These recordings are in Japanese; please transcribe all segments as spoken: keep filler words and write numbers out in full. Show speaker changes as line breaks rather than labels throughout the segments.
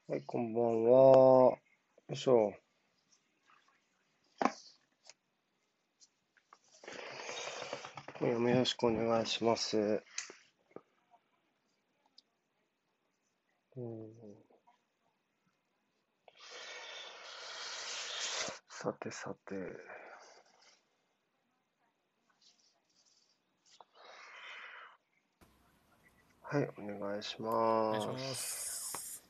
はい、こんばんは。よいしょ。今夜もよろしくお願いします。うん、さてさて。はい、お願いし
お願いしま
ます。
す。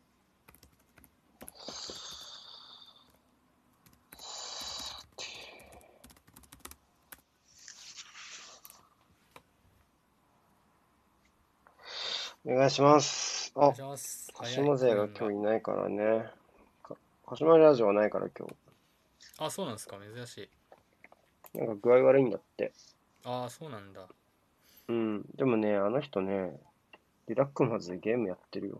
お願いします。あ、
お願いします。
鹿
早い、
島勢が
来るんが。
今日いないからね。か鹿島ラジオはないから今
あ、そうなんですか、珍しい。
日。なんか具合悪いんだって。
ああ、そうなんだ。
うん。でもね、あの人ね、リラックマズでゲームやってるよ。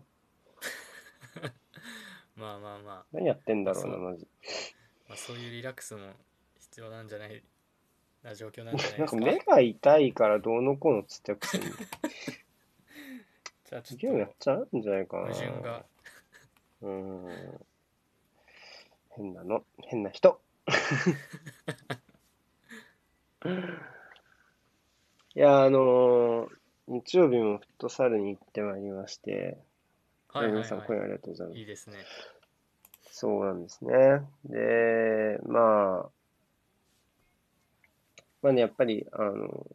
まあまあまあ。
何やってんだろうな、
まあそう、
マジ。
まあそういうリラックスも必要なんじゃない、な状況なんじゃない
なん
ですか。
か目が痛いからどうのこうのっつってくせに。
じゃあち
ゲームやっ
ょっと
ちゃうんじゃないか
矛盾が。
な。うーん。変なの。変な人。いや、あのー日曜日もフットサルに行ってまいりまして、
はい
え皆
はいはい。
さん今夜ありがとうございます。
いいですね。
そうなんですね。で、まあ、まあね、やっぱり、あの、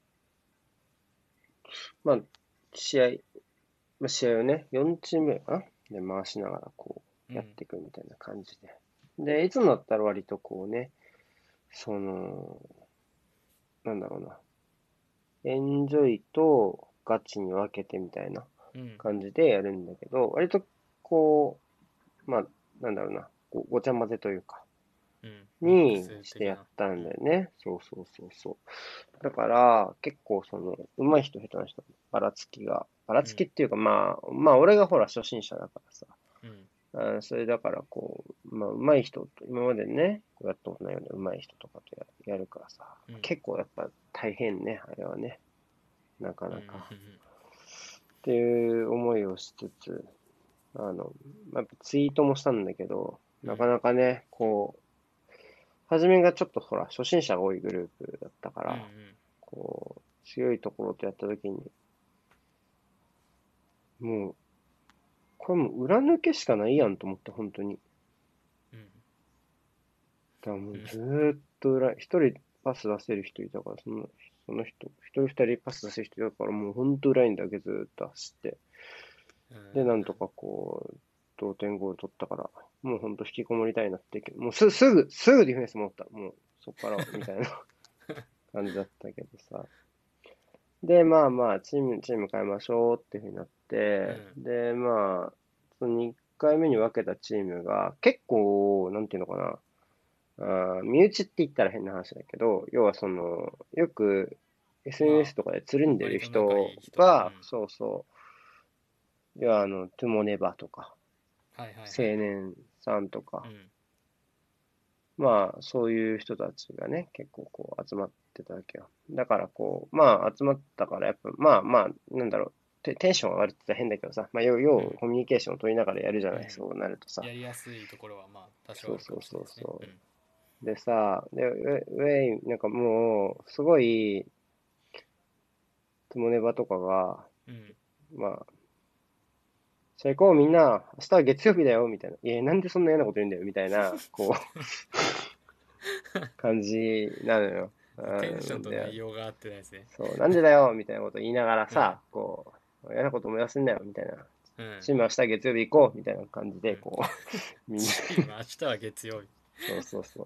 まあ、試合、まあ、試合をね、よんチーム目かなで回しながらこう、やっ
うん。
ていくみたいな感じで。で、いつもだったら割とこうね、その、なんだろうな、エンジョイとガチに分けてみたいな
うん。
感じでやるんだけど、割とこう、まあ、なんだろうな、ごごちゃ混ぜというか、
うん。ミック
にしてやっ
ス的な。
たん
うん。
だよね。そうそうそうそう。だから、結構その、上手い人下手な人、ばらつきが、ばら
うん。
つきっていうかまあ、まあ俺がほら初心者だからさ、
うん。
あそれだからこう、まあ上手い人と、今までね、こうやったことないような上手い人とかとややるからさ、
うん。
結構やっぱ大変ね、あれはね、なか
うん。うん。
なか。っていう思いをしつつ、あの、まあやっぱツイートもしたんだけど、なか
うん。
なかね、こう、初めがちょっとほら、初心者が多いグループだったか
うん。う
ら、
ん。
こう、強いところとやったときに、もう、これもう裏抜けしかないやんと思って、本当に。
うん。
だからも
うん。
うずーっと裏、一人パス出せる人いたから、その、その人、一人二人パス出せる人いたから、もう本当ラインだけずーっと走って、
うん。
で、なんとかこう、同点ゴール取ったから、もう本当引きこもりたいなって、もうす、すぐ、すぐディフェンス持った。もう、そこからは、みたいな感じだったけどさ。で、まあまあ、チーム、チーム変えましょうっていうふうになって、
うん。
で、まあ、そのにかいめに分けたチームが、結構、なんていうのかな、あー身内って言ったら変な話だけど、要はその、よく
ま
エスエヌエス とかでつる
あ、
んでる
割と仲
人
いい人。う
が、
ん。
そうそう、要はあの、トゥモネバとか、
はいはいはい。
青年さんとか、
うん。
まあ、そういう人たちがね、結構こう集まってたわけよ。だからこう、まあ集まったから、やっぱ、まあまあ、なんだろう、テテンション上がるって言ったら変だけどさ、まあ、要要は
うん。
コミュニケーションを取りながらやるじゃない、
うん。
そうなるとさ。
やりやすいところはまあ多少
そう
あるか
そうそう
もしれないですね。う
そ
ん。
う。でさ、で、ウェウェイ、なんかもう、すごい、トモネバとかが、
うん。
まあ、じゃあ行こうみんな、明日は月曜日だよ、みたいな。いや、なんでそんな嫌なこと言うんだよ、みたいな、こう、感じなのよ。う
テンション
ん、
と
で、
内容が合ってないですね。
そう、なんでだよ、みたいなこと言いながら
うん。
さ、こう、嫌なこと思い出すんだよ、みたいな。
うん。
チーム明日月曜日行こう、みたいな感じで、
うん。
こう、みんな、
チーム明日は月曜日。
そうそうそう、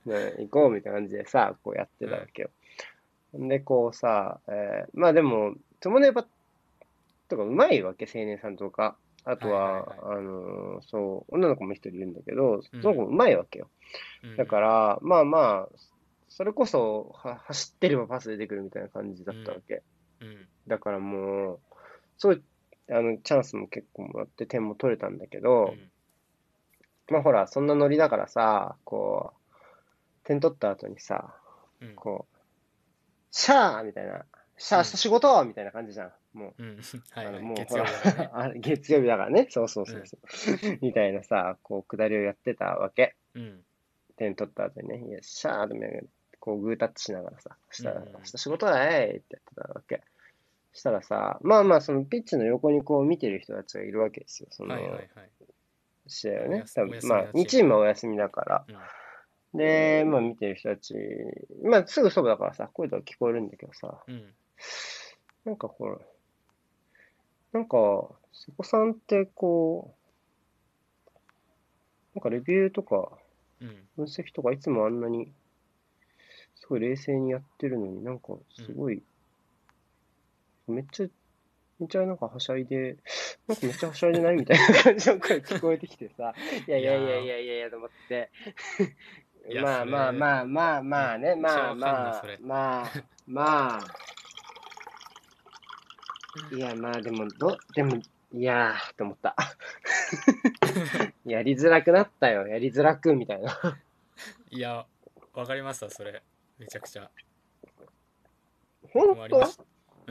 ね、行こう、みたいな感じでさ、こうやって
うん。
たわけよ。んで、こうさ、えーまあでも、友達とか上手いわけ、青年さんとか。あとは、
はいはいはい。
あのーそう、女の子も一人いるんだけど、
うん。
その子上手いわけよ。
うんうん。
だから、まあまあ、それこそ、は、走ってればパス出てくるみたいな感じだ
うん。
ったわけ。
うん。
だからもう、そういう、あの、チャンスも結構もらって点も取れたんだけど、
うん。
まあほら、そんなノリだからさ、こう、点取った後にさ、
うん。
こう、シャーみたいな、 さあ、明日仕事みたいな感じじゃん。も
うんは
う、あの、
いはい、
もうほら、
月曜日だからね。
あ月曜日だからね。そうそう
うん
そうそう。みたいなさ、こう、下りをやってたわけ。
うん
点取った後にね、よっしゃーってこうグータッチしながらさ、
うんうん
したら、明日仕事だーいってやってたわけ。したらさ、まあまあ、そのピッチの横にこう見てる人たちがいるわけですよ、そ
はいはい
の
はい。
試合をね。
おやす
多分まあ、
お休みのチ
にチーム
ームね。
はお休みだから。
うん
で、まあ見てる人たち、まあすぐそばだからさ、声とか聞こえるんだけどさ、
うん
なんかこれ、なんか、瀬古さんってこう、なんかレビューとか
うん
分析とかいつもあんなにすごい冷静にやってるのになんか
うん
すごい、めっちゃ、めっちゃなんかはしゃいで、なんかめっちゃはしゃいでないみたいな感じの声聞こえてきてさ、いやいやいやい
いや
やいやいやと思って、
ーいや
まあまあ
それ
まあまあ
めっ
まあね、まあ
ちゃわかんな
まあ
それ。
まあまあ、いやまあでも、ど、でも、いやーと思った。やりづらくなったよ、やりづらくみたいな。
いやわかりましたそれ。めちゃくちゃ僕
本当
もありました。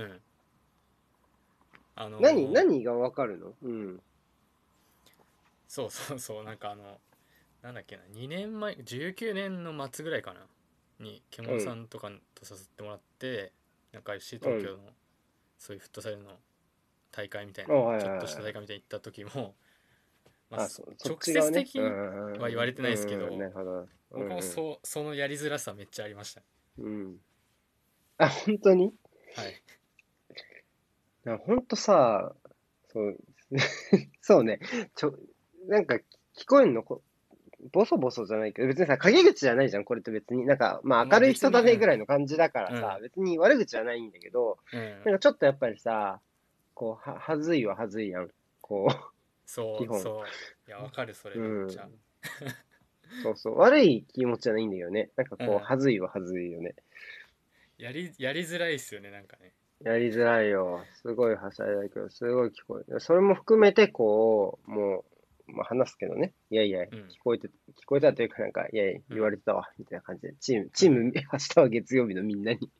うんあ
何、
のー
何がわかるの？うん。
そうそうそうなんかあのなんだっけなにねんまえじゅうきゅうねんの末ぐらいかなに獣さ
うん。
んとかと誘ってもらってなんか エフシー
うん。
東京のそういうフットサルの大会みたい
あ、
な
はい
ちょっとした
はいはい。
大会みたいに行った時も、まあ、
あ、
そ
そ、そっ
直
ち側ね。う
接的には言われ
ん。
てないですけ
うん。うん。な
ど
るほど。う
僕も
ん。
そうそのやりづらさめっちゃありました。
うん。あ、本当に？
はい
あ、本当さ、そう、そうね。ちょ、なんか聞こえんのこ、ボソボソじゃないけど、別にさ、陰口じゃないじゃん、これって別に。なんか、まあ
まあ
明るい人だねぐ
別にうん
らいの感じだからさ、
うん
別に悪口はないんだけど、
うん
なんかちょっとやっぱりさ、こう、は、はずいははずいやん。こう、基本。
そうそういやわかるそれ
う
めっちゃ。
ん。そうそう。悪い気持ちじゃないんだよね。なんかこう、
うん
はずいははずいよね。
やりやりづらいっすよねなんかね。
やりづらいよ。すごいはしゃいだけど、すごい聞こえる。それも含めて、こう、もう、まあ、話すけどね。いやいや、聞
うん
こえて、聞こえたというか、なんか、いやいや、言わ
うん
れてたわ、みたいな感じで。チーム、
うん
チーム、明日は月曜日のみんなに。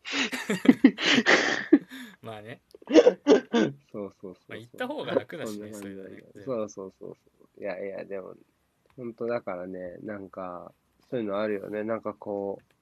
まあね、
そうそう
まあ、
そうそう。
行った方が楽だ
そんな
しねそういうの
感じだけど。
ね全部。
そうそうそうそう。いやいや、でも、本当だからね、なんか、そういうのあるよね。なんかこう、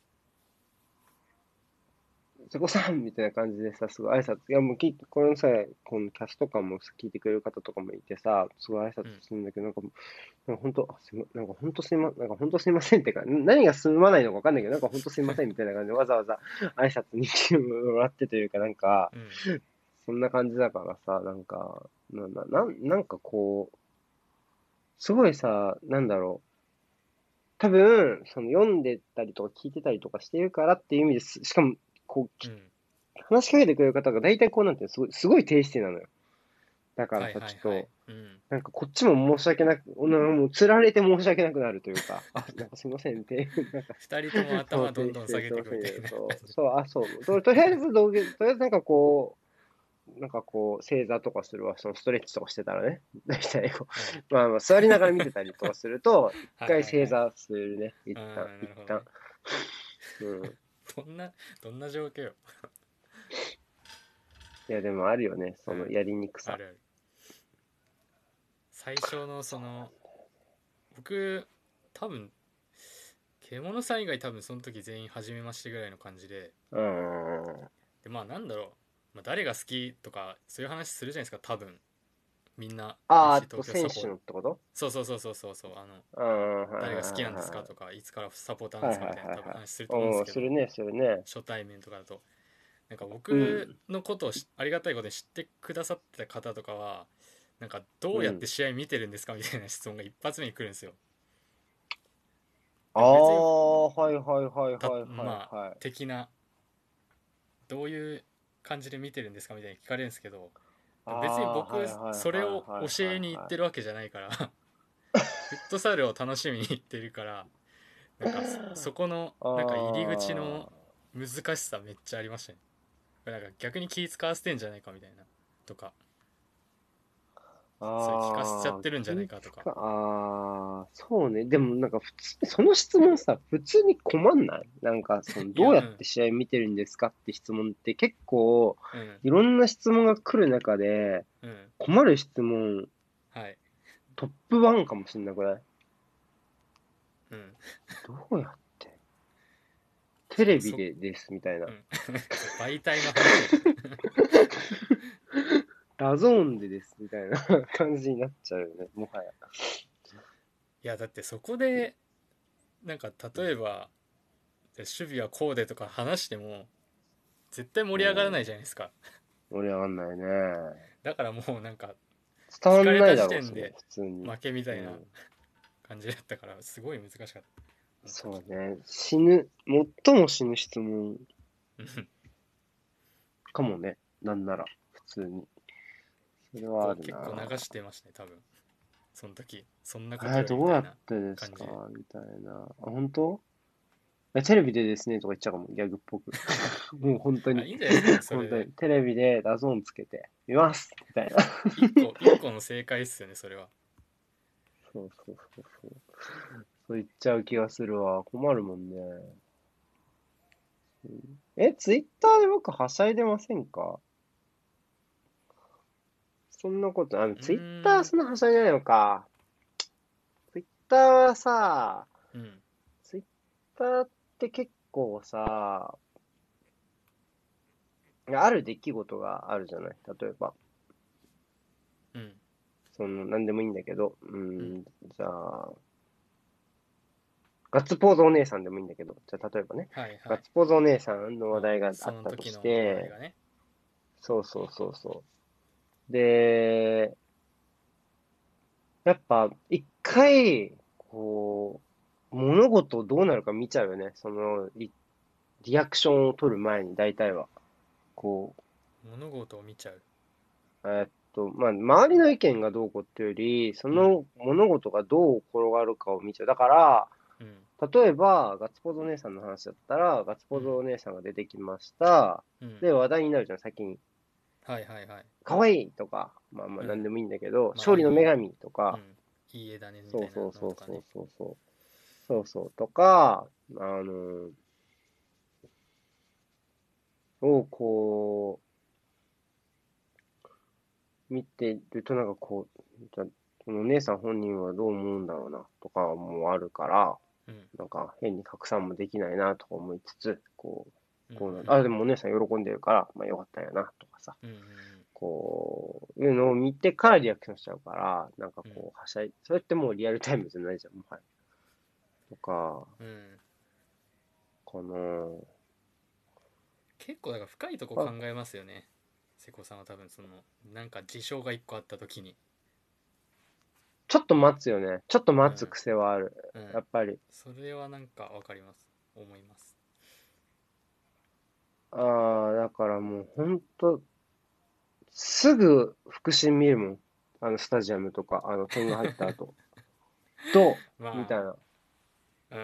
瀬古さんみたいな感じでさ、すごい挨拶、いやもう聞いて、このさ、このキャスとかも聞いてくれる方とかもいてさ、すごい挨拶
うん
するんだけど、なんかもう、なんか本当、あすいま、なんか本当すいま、なんか本当すいませんってか、何がすまないのかわかんないけど、なんか本当すいませんみたいな感じでわざわざ挨拶に来てもらってというか、なんか、
うん
そんな感じだからさ、なんか、な、な、なんなんかこう、すごいさ、なんだろう。多分、その読んでたりとか聞いてたりとかしてるからっていう意味です。しかも、こう、
うん
話しかけてくれる方が大体こうなんていうのすごい、すごい低姿勢なのよ。だから
はい
さ、
はいはい
ちょっと、
うん
なんかこっちも申し訳なく、なもう釣られて申し訳なくなるというか、あ、なんかすいませんって、なんか、
二人とも
そう、
頭どん
低姿勢
どん下げてい
すいませんけど、
くみたいな感
そう、
じ。
そう、あ、そう、と、とりあえず道具、とりあえずなんかこう、なんかこう、正座とかするわ、そのストレッチとかしてたらね、大体こ
うん
う、まあまあ座りながら見てたりとかすると、一
はい
回
はいはい。
正座するね、一
う
旦、
んな
一旦。
るほどね。
うん。
どんなどんな状況よ。
いや、でもあるよね、
うん
そのやりにくさ。
あるある。最初のその僕多分獣さん以外多分その時全員初めましてぐらいの感じで、
うん。
でまあなんだろう、まあ、誰が好きとかそういう話するじゃないですか多分みんな
あー、あ
エフシー
と
東京サポート。
選手のってこと？
そうそうそうそうそうそうあの
うん、はい
誰が好きなんですか
は
とかいつからサポーターなん
いはいはい。
ですかみたいな
はいはいはいはい。
多分話すると思うんで
おー、
すけど、
するね、するね。
初対面とかだとなんか
う
僕
ん、
のことをしありがたいことに知ってくださってた方とかはなんかどうやっ
うん。
て試合見てるんですかみたいな質問が一発目に来るんですよ。
あ
でも別に
あ、はいはいはい
た
はいはい
まあ
はい。
的などういう感じで見てるんですかみたいに聞かれるんですけど、でも別に
ああ、はい
僕
はいはい
それを
はい
教えに行っ
はいはい。
てるわけじゃないからフットサルを楽しみに行ってるからなんかそそこの
あ
なんか入り口
あ、
の難しさめっちゃありましたね。なんか逆に気使わせてんじゃないかみたいなとか。 それ聞かせちゃっ
ああ、
てるんじゃな
気
いかとか。
使ああ、そうね。でもなんか普通、その質問さ、普通に困んないなんか、その、
いや、
どうやっ
うん、
て試合見てるんですかって質問って結構、
うん、
いろんな質問が来る中で、
うん。
困る質問、
はい。
トップワンかもしんなくない？
うん。
どうやってテ
しかもそ、
レビでですみたいな。
うん。そう媒体の話だよね。
ダゾーンでですみたいな感じになっちゃうよね、もはや。
いや、だってそこで、なんか例えば、守備はこうでとか話しても、絶対盛り上がらない
うん。
じゃないですか。
盛り上がんないね。
だからもうなんか、
伝わん
聞かれた
ないだろうしね、
時点で
普通に。
負けみたいな
うん。
感じだったから、すごい難しかった。あの時。
そうね。死ぬ、最も死ぬ質問
うん。
かもね。なんなら、普通に。それ
結構、
はある
結構流
な。
してましたね、多分。その時。そんな
え
こと
ー、どうやっ
よりみたいな
てですか
感じで。
みたいな。あ、本当？え、テレビでですねとか言っちゃうかも、ギャグっぽく。もう本当
あ、
に、
いいんじゃないですかね、それで。
本当に、テレビでダゾーンつけて、見ますみたいな。
一個、一個の正解っすよね、それは。
そうそうそうそう。そう言っちゃう気がするわ。困るもんね。うん、え、ツイッターで僕はしゃいでませんか？そんなこと、あの、
う
ツイッタ
ーん。
ーそんなはしゃいでないのか。ツイッターはさ、
うん。
ツイッターって結構さ、ある出来事があるじゃない。例えば、
うん。
その、なんでもいいんだけど、う
うん。
ん、じゃあ、ガッツポーズお姉さんでもいいんだけど、じゃあ例えばね、
はいはい。
ガッツポーズお姉さんの話
まあ、
題があ
その
ったとし
時の話題
て、
がね。
そうそうそうそう。で、やっぱ、一回、こう、物事どうなるか見ちゃうよね。その、いリアクションを取る前に、大体は。こ
物事を見ちゃう。
う、えーっと、まあ、周りの意見がどうこうっていうより、そ
うん。
の物事がどう転がるかを見ちゃう。だから、
うん。
例えば、ガッツポーズお姉さんの話だったら、ガッツポーズ
うん。
お姉さんが出てきました。
うん。
で、話題になるじゃん、先に。
はいはいはい。
可愛いとか、まあまあ、
うん。
なんでもいいんだけど、
まあ、
勝利の女
いい、
神とか、
うん。いい絵だね、みたいな
そうそうそう
のとかね。
そうそうそう。そうそう。とか、あの、をこう、見てるとなんかこう、じゃこのお姉さん本人はどう思うんだろうなとかもあるから、
うん。
なんか変に拡散もできないなとか思いつつ、こう、
うん。う
こうなん
ん。
あ、でもお姉さん喜んでるから、まあよかったんやなとかさ、
うん。うん。
こう、いうのを見てからリアクションしちゃうから、なんか
うん。
こう、はしゃい、それってもうリアルタイムじゃないじゃん、もはや。とか、
うん。
かな
結構だから深いとこ
あ、
考えますよね。瀬古さんは多分その、なんか事象が一個あった時に。
ちょっと待つよね。ちょっと
うん。
待つ癖はある。
うん。
やっぱり。
それはなんかわかります。思います。
ああ、だからもうほんと、すぐ復習見るもん。あの、スタジアムとか、あの、点が入った後。どうみたい
ま
な。
あ、うん。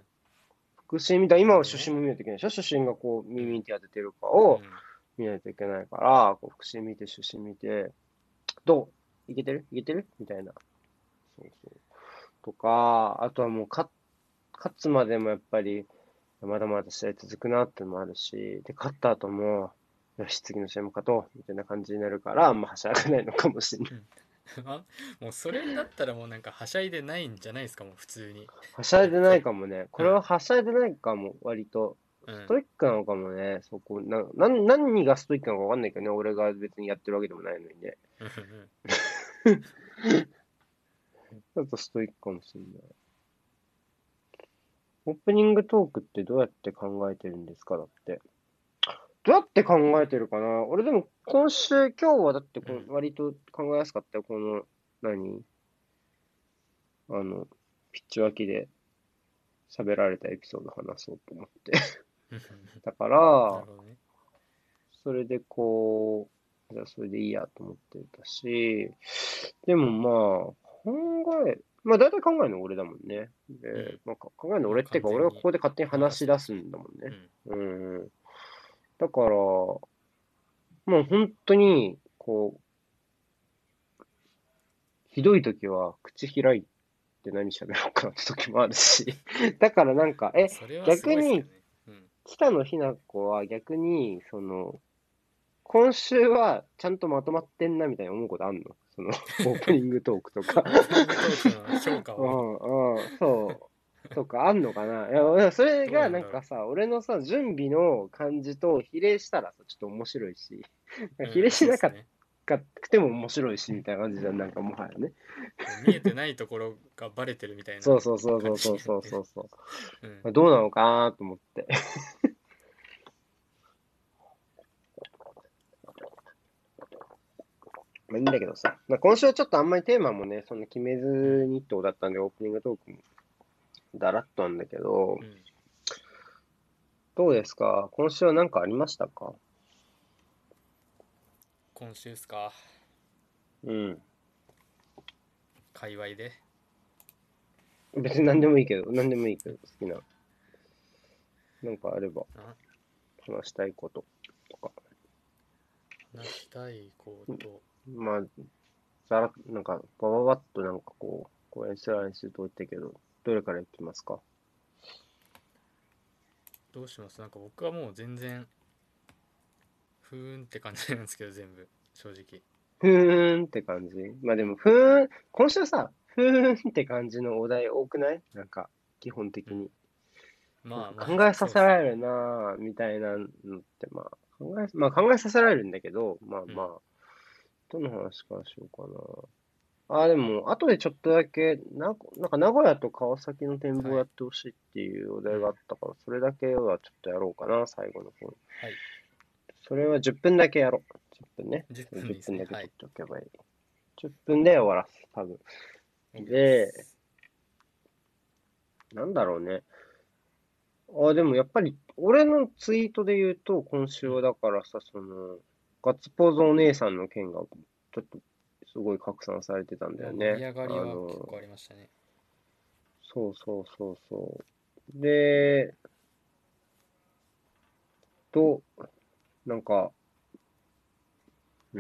復習見たら、
なる
今は
ほどね。
初心も見ないといけないでしょ？初心がこう、
うん。
耳に手当ててるかを
うん。
見ないといけないから、こう復習見て、初心見て、どういけてるいけてるみたいな。そうそう。とか、あとはもう、勝勝つまでもやっぱり、まだまだ試合続くなってのもあるし、で、勝った後も、よし、次の試合も勝とう、みたいな感じになるから、あんまはしゃがないのかもしれない。
うん。あ、もうそれだったらもうなんかはしゃいでないんじゃないですか、もう普通に。
はしゃいでない
だって。
かもね。こ
うん。
れははしゃいでないかも、割と。
うん。
ストイックなのかもね。そこ、な、な、何がストイックなのかわかんないけどね。俺が別にやってるわけでもないのにね。
うん。
ちょっとストイックかもしれない。オープニングトークってどうやって考えてるんですかだって。どうやって考えてるかな俺でも今週、今日はだってこの
うん。
割と考えやすかったよ。この、何あの、ピッチ脇で喋られたエピソード話そうと思って。
うん。
だから、
なるほどね。
それでこう、じゃあそれでいいやと思ってたし、でもまあ、考え、まあ大体考えるの俺だもんね。で、
うん。
まあか考えるの
まあ
俺っていうか、俺
完全に。
がここで勝手に
まあ
話し出す
そうそう。
んだもんね。
うん。
うん。だから、もう本当に、こひどい時は口開いて何喋ろうかなって時もあるし。だからなんか、
まあ、
え、
それはす
逆に、
ごいですけどね。うん。
北野日な子は逆に、その、今週はちゃんとまとまってんなみたいに思うことあんの？その、オープニングトークとか。
オープニングトークの評価
う
を
んうん、そう。とかあんのかな。いや、いやそれが
どうなんだろ
なんかさ、俺のさ、準備の感じと比例したらさ、ちょっと面白いし、
う。
比例
うん、
しなかっ
そうですね。
くても面白いし、みたいな感じじゃん、なんかもはやね。
もう見えてないところがバレてるみたいな
そうそうそうそ
感
うそう
じになってる。
そうそ
うん。
う。どうなのかなと思って。まあいいんだけどさ。まあ、今週はちょっとあんまりテーマもね、そんな決めず
うん。
にってことだったんで、オープニングトークもだらっとなんだけど、
うん。
どうですか？今週は何かありましたか？
今週っすか？
うん。
界隈で。
別に何でもいいけど、何でもいいけど、好きな。なんかあれば
な、
話したいこととか。
話したいこと。
まあ、ざら、なんか、ばばばっとなんかこう、こう演出らにすると言ったけど、どれからいきますか？
どうします？なんか僕はもう全然、ふーんって感じなんですけど、全部。正直。
ふーんって感じ。まあでも、ふーん、今週さ、ふーんって感じのお題多くない？なんか、基本的
うん。
に。なん
まあまあ、
か考えさ
そうっすね。
せられるなぁ、みたいなのって、まあ、考え、まあ考えさせられるんだけど、まあ
うん。
まあ、どの話からしようかな。ああ、でも、後でちょっとだけ、な、なんか名古屋と川崎の展望
はい。
やってほしいっていうお題があ
うん。
ったから、それだけはちょっとやろうかな、最後の方。
はい。
それはじゅっぷんだけやろう。じゅっぷんね。
10
それ10
分でいいですね。
分だけ取
はい。
っておけばいい。じゅっぷんで終わらす、多分。
OK で
で、
す。
なんだろうね。あ、でもやっぱり、俺のツイートで言うと、今週は
うん。
だからさ、その、ガッツポーズお姉さんの件が、ちょっと、すごい拡散されてたんだ
まあ、
よね。
盛り上がり
あ
は結構あ
の、
りましたね。
そうそうそうそう。で、と、なんか、うん、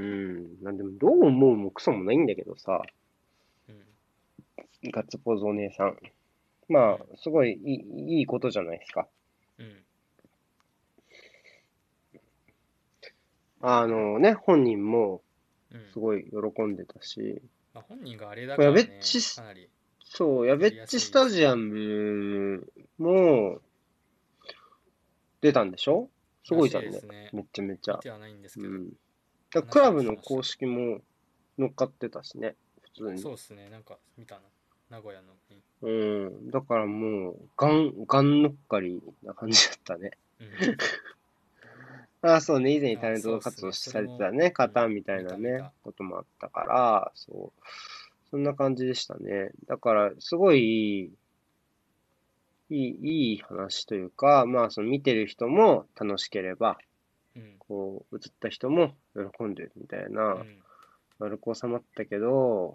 なんでも、どう思うもクソもないんだけどさ、
うん。
ガッツポーズお姉さん。ま
うん。
あ、すごいいい、いいことじゃないですか。
うん。
あのね、本人も
うん。
すごい喜んでたし、
まあ、本人があれだ
や
からね、
べっち、
かなり
そう、やべ
やり
っちス
やすいですよね。
タジアムも出たんでしょ？す
らしい
ごいじゃんね。
ですね。
めっちゃめちゃ。
見てはないんですけど、
うん。だク
話は
ラブの公
聞きました。
式も乗っかってたしね。普通に。
そうっすね。なんか見たな。名古屋のに。
うん。だからもう、ガン、ガン乗っかりな感じだったね。
うん。
ああ、そうね。以前にタ
あ、
レン
そうっすね。
ト活動さ
それも、
れてたね。
うん。
方みたいなね、
見た見た。
こともあったから、そう。そんな感じでしたね。だから、すごい、いい、いい話というか、まあ、その見てる人も楽しければ、
うん。
こう、映った人も喜んでるみたいな、
うん。
丸く収まったけど、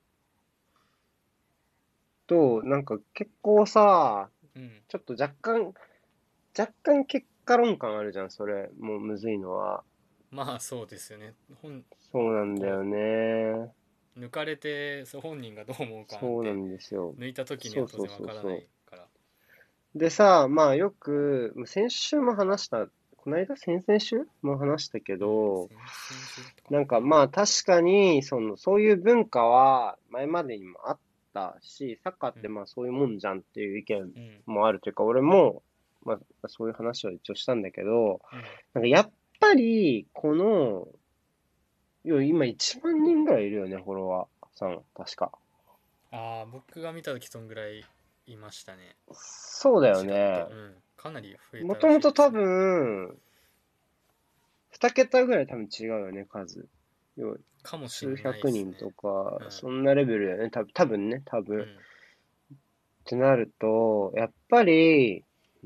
と、なんか結構さ、
うん。
ちょっと若干、若干結果論感あるじゃん、それ。もうむずいのは。
まあそうですよね。本、
そうなんだよ
こ
ね。
う、抜かれて、そう本人がどう思うかなんて、
そうなんですよ。
抜いた時に
そうそう
は当然わからな
そうそ
いから。
う。でさ、まあよく、先週も話した、この間先々週も話したけ
うん。
ど、
先々週だったか
なん
な。うん。
かまあ確かに、その、そういう文化は前までにもあったし、サッカーっ
うん。
てまあそういうもんじゃんっていう意見
うん。
もあるというか、俺も、まあそういう話は一応したんだけど、
うん。
なんかやっぱり、この、要は今いちまん人ぐらいいるよね、フォロワーさん、確か。
ああ、僕が見た時そんぐらいいましたね。
そうだよ
ちらっと。
ね。
うん。かなり増え
も
たら
ともと多
しいですね。
分、に桁ぐらい多分違うよね、数。要は
かもし
数
んない
百人と
ですね。
か、
うん。
そんなレベルだよね、多分、多分ね、多分。っ
うん。
てなると、やっぱり、うん、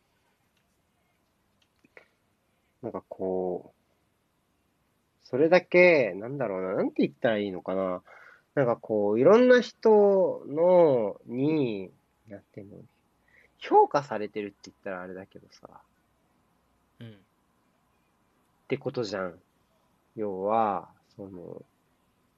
なんかこう、それだけ、なんだろうな、なんて言ったらいいのかな。なんかこう、いろんな人の、に、なんていうの、評価されてるって言ったらあれだけどさ、っ
うん。
てことじゃん。要は、その、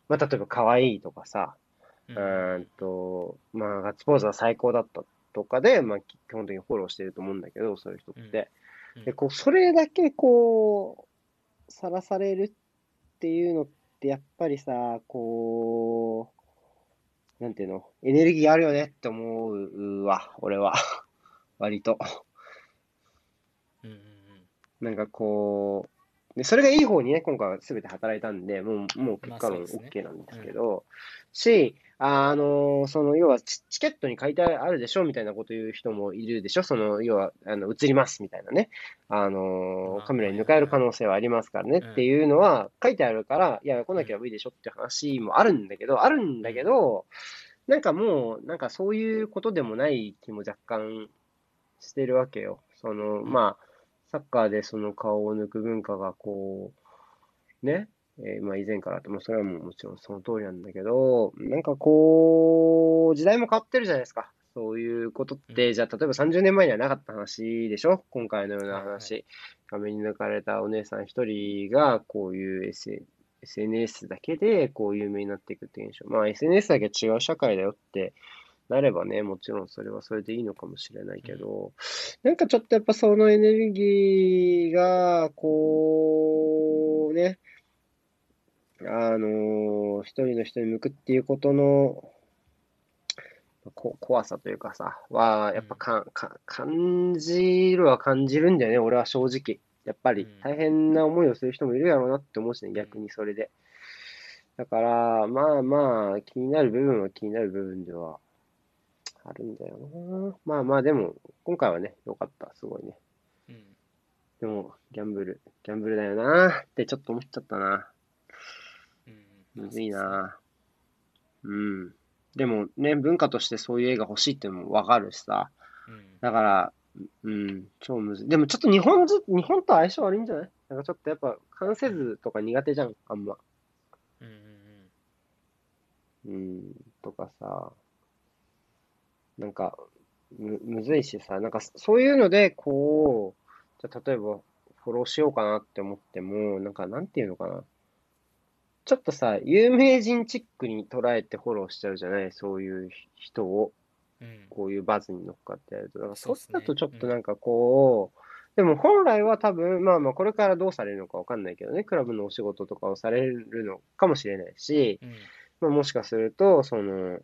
まあ、例えば可愛いとかさ、
うん
うーんと、まあ、ガッツポーズは最高だったとかで、まあ、基本的にフォローしてると思うんだけど、そういう人っ
うん
て。で、
うん
こう、それだけこう、さらされるっていうのって、やっぱりさ、こう、なんていうの、エネルギーあるよねって思うわ、俺は。割と。
うんうん
なんかこう、で、それがいい方にね、今回は全て働いたんで、もう、もう
うん。まあ
結果論
そうですね。
OK なんで
うん
すけど、し、あの、その、要はチ、チケットに書いてあるでしょみたいなこと言う人もいるでしょその、要は、あの、映りますみたいなね。あの、カメラ
まあはい
に抜かれる可
はいはい。
能性はありますからねっ
うん
ていうのは書いてあるから、いや、来
うん
なきゃいいでしょって話もあるんだけど、あるんだけ
うん
ど、なんかもう、なんかそういうことでもない気も若干してるわけよ。その、
うん
まあ、サッカーでその顔を抜く文化がこう、ね、えーまあ以前からあって、もうそれはもうもちろんその通りなんだけど、なんかこう、時代も変わってるじゃないですか。そういうことっ
うん。
て、じゃあ例えばさんじゅうねんまえにはなかった話でしょ今回のような
はいはい。
話。画面に抜かれたお姉さん一人が、こういう エスエヌエス だけで、こう有名になっていくっていう現象。まあ エスエヌエス だけ違う社会だよってなればね、もちろんそれはそれでいいのかもしれない
うん
けど、なんかちょっとやっぱそのエネルギーが、こう、ね、あの一人の人に向くっていうことのこ怖さというかさ、は、やっぱ
うん
かか感じるは感じるんだよね、俺は正直。やっぱり
うん
大変な思いをする人もいるやろうなって思うしね、
うん
逆にそれで。だから、まあまあ、気になる部分は気になる部分ではあるんだよな。まあまあ、でも、今回はね、良かった。すごいね。
うん
でも、ギャンブル、ギャンブルだよなってちょっと思っちゃったな。
うん。ま
むずい
あそうですね。
な。うん。でもね、文化としてそういう映画欲しいっていうのもわかるしさ。
うん
だから、うん、超むずい。でもちょっと日本ず、日本と相性悪いんじゃないなんかちょっとやっぱ関
うん
節図とか苦手じゃん、あんま。
うんうん
うん、とかさ、なんか、む、むずいしさ、なんかそういうので、こう、じゃあ例えばフォローしようかなって思っても、なんかなんていうのかな。ちょっとさ、有名人チックに捉えてフォローしちゃうじゃないそういう人を、
うんうん。
こういうバズに乗っかってやると。だからそれだと
そうですね。うん。
ちょっとなんかこう、でも本来は多分、まあまあこれからどうされるのかわかんないけどね、クラブのお仕事とかをされるのかもしれないし、
うん
まあもしかすると、その、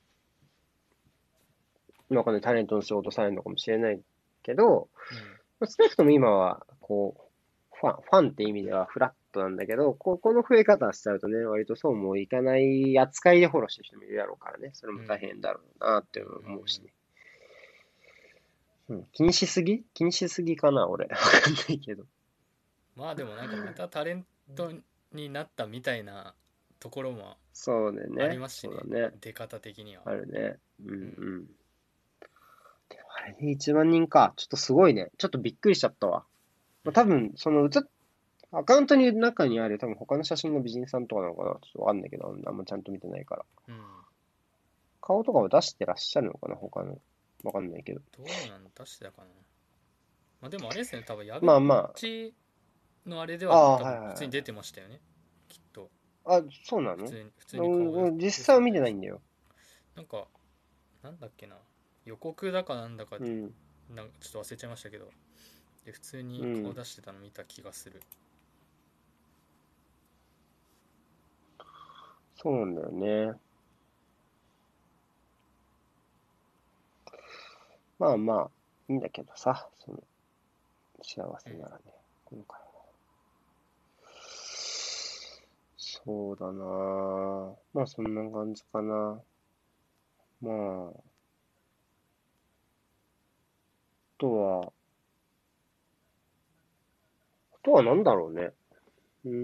まあこのタレントの仕事されるのかもしれないけど、
うん
まあ少なくとも今は、こう、ファン、ファンって意味ではフラットなんだけど、ここの増え方しちゃうとね、割とそうもいかない扱いでフォローしてる人もいるだろうからね、それも大
うん
変だろうなって
うんうんうん。
思うしね。うん、気にしすぎ気にしすぎかな、俺。わかんないけど。
まあでもなんかまたタレントになったみたいなところも
そうだよ
あり
ね。
ますしね。
そうだね。
出方的には。
あるね。うん
うん。
うん。あれでいちまん人か。ちょっとすごいね。ちょっとびっくりしちゃったわ。まあ、多
うん。
分、その、映っ、アカウントに中にある多分他の写真の美人さんとかなのかな。ちょっとわかんないけど、あんまちゃんと見てないから。
うん。
顔とかを出してらっしゃるのかな他の。わかんないけど。
どうなん出してたかな。まあでもあれですね。多分矢
まあま
口のあれで
あ。ああ、
は多
はいはいはい。
分普通に出てましたよね。きっと。
あ、そうなの？
普通に、普通に顔出
俺実
出て
際は
たんじゃないですか。
見てないんだよ。
なんか、なんだっけな。予告だかなんだか、
うん。
なんかちょっと忘れちゃいましたけど。で、普通に顔
うん。
出してたの見た気がする。
そうなんだよね。まあまあ、いいんだけどさ。その、幸
うん。
せならね。今回は。そうだなぁ。まあそんな感じかな。まあ、あとは、あとはなんだろうね。うー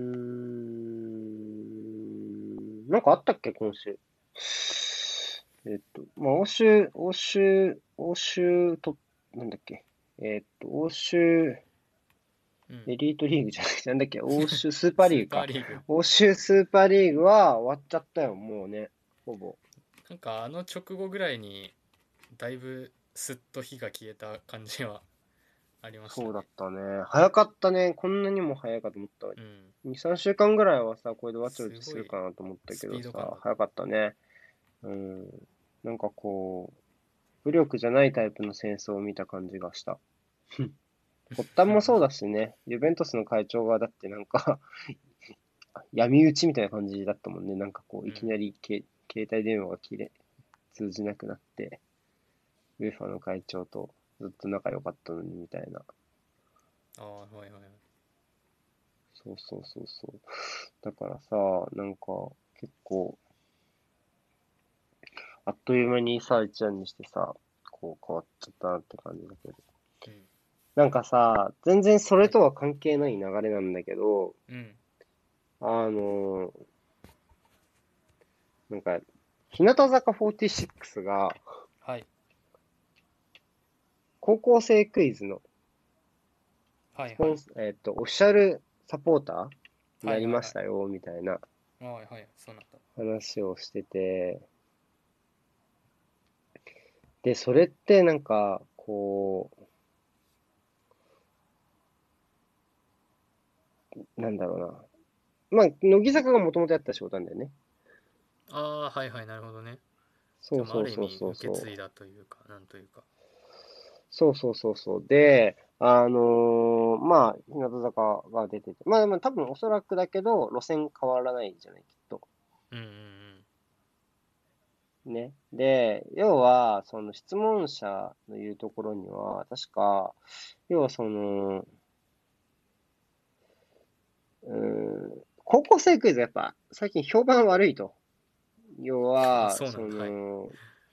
ん、なんかあったっけ、今週。えっと、まあ、欧州、欧州、欧州と、なんだっけ。えっと、欧州
うん。
エリートリーグじゃなくて、なんだっけ、欧州スーパー
スー
リーグか。
パーリーグ。
欧州スーパーリーグは終わっちゃったよ、もうね。ほぼ。
なんかあの直後ぐらいにだいぶスッと火が消えた感じはありました
そうだっ
ね。
たね。早かったね。こんなにも早いかと思った。
うん。
に、さんしゅうかんぐらいはさ、これでわちゃわちゃする
すごい
かなと思ったけ
スピ
どさ、
ード感だった。
早かったね。うん。なんかこう、武力じゃないタイプの戦争を見た感じがした。発端もそうだしね。ユベントスの会長がだってなんか闇討ちみたいな感じだったもんね。なんかこう、いきな
うん。
りけ携帯電話が切れ、通じなくなって、ウェファの会長とずっと仲良かったのにみたいな。
ああ、はいはいはい。
そうそうそうそう。だからさ、なんか結構、あっという間にさ、一夜にしてさ、こう変わっちゃったなって感じだけど。
うん。
なんかさ、全然それ
はい。
とは関係ない流れなんだけど、
うん。
あのーなんか、日向坂フォーティシックスが、
はい。
高校生クイズの
はいはい。
スポンス、えっと、オフィシャルサポーターになり
はいはいはい。
ましたよ、みたいな
はいはい。そうなんだ。
話をしてて、で、それってなんか、こう、なんだろうな。まあ、乃木坂がもともとやった仕事なんだよね。
ああ、はいはい。なるほどね。じゃあ、まあ、あ
そうそう
る意味
そうそう
受け継い
そう。
だというか、なんというか。
そうそうそうそう。で、あのーまあ、日向坂が出てて、まあでも多分おそらくだけど、路線変わらないじゃない、きっと。
うんうん
ね。で、要は、その質問者の言うところには、確か、要はその、うーん、高校生クイズやっぱ最近評判悪いと。要
うん。あ、
は、そ
そうなんだ。はい。
の、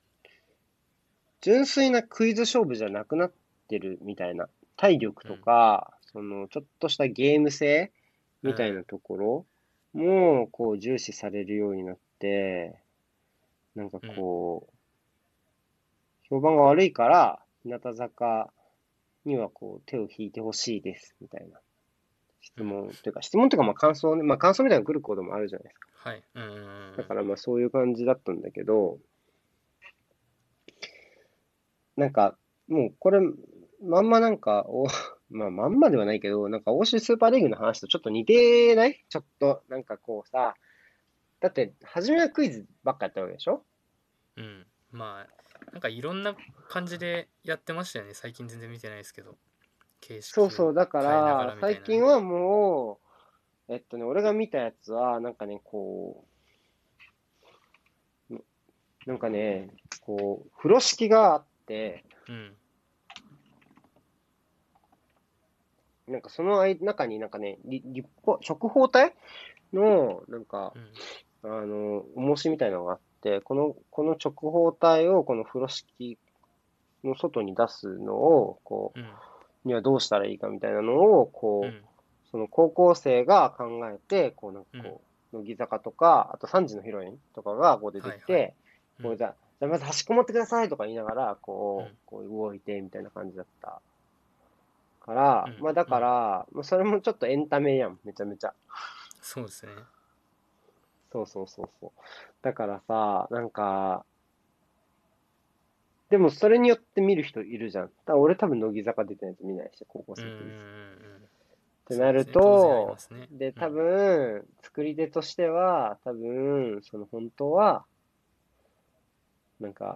純粋なクイズ勝負じゃなくなってるみたいな。体力と
うん。
か、その、ちょっとしたゲーム性みたいな
うん。
ところも、こう、重視されるようになって、なんか
うん。
こう、評判が悪いから、日向坂にはこう、手を引いてほしいです、みたいな質
うん。
問。というか、質問というか、まあ感想ね。まあ感想みたいなのが来ることもあるじゃないですか。
はい。うんうんうん。
だからまあそういう感じだったんだけど、なんか、もうこれ、まんまなんか、お、まあまんまではないけど、なんか欧州スーパーリーグの話とちょっと似てないちょっと、なんかこうさ、だって、初めはクイズばっかやったわけでしょ？
うん。まあ、なんかいろんな感じでやってましたよね。最近全然見てないですけど。形式を
そうそう、だか
変えなが
ら、
らみたいなね。
最近はもう、えっとね、俺が見たやつは、なんかね、こう、なんかね、こう、風呂敷があって、
うん。
なんかその間中になんかね、り立方、直方体の、なんか、
うん。
あの、重しみたいなのがあって、この、この直方体をこの風呂敷の外に出すのを、こ
うん。
う、にはどうしたらいいかみたいなのを、こ
うん。
う、その高校生が考えて、こうなんか
うん。
こう、乃木坂とか、あとさんじのヒロインとかがこう出て
はいはい。
きて、
うん。
こうじゃあ、じゃあまず端っこ持ってくださいとか言いながら、こう、
うん。
こう動いてみたいな感じだったから、
うん。
まあだ
うん。
から、まあそれもちょっとエンタメやん、めちゃめちゃ。
そうですね。
そうそうそうそう。だからさ、なんか、でもそれによって見る人いるじゃん。だから俺多分乃木坂出てないと見ないし、高校
うんうんうんう
生クイズ。っ
ん。
てなる
そうですね。当然ありま
と、
すね。
で、多
うん。
分、作り手としては、多分、その本当は、なんか、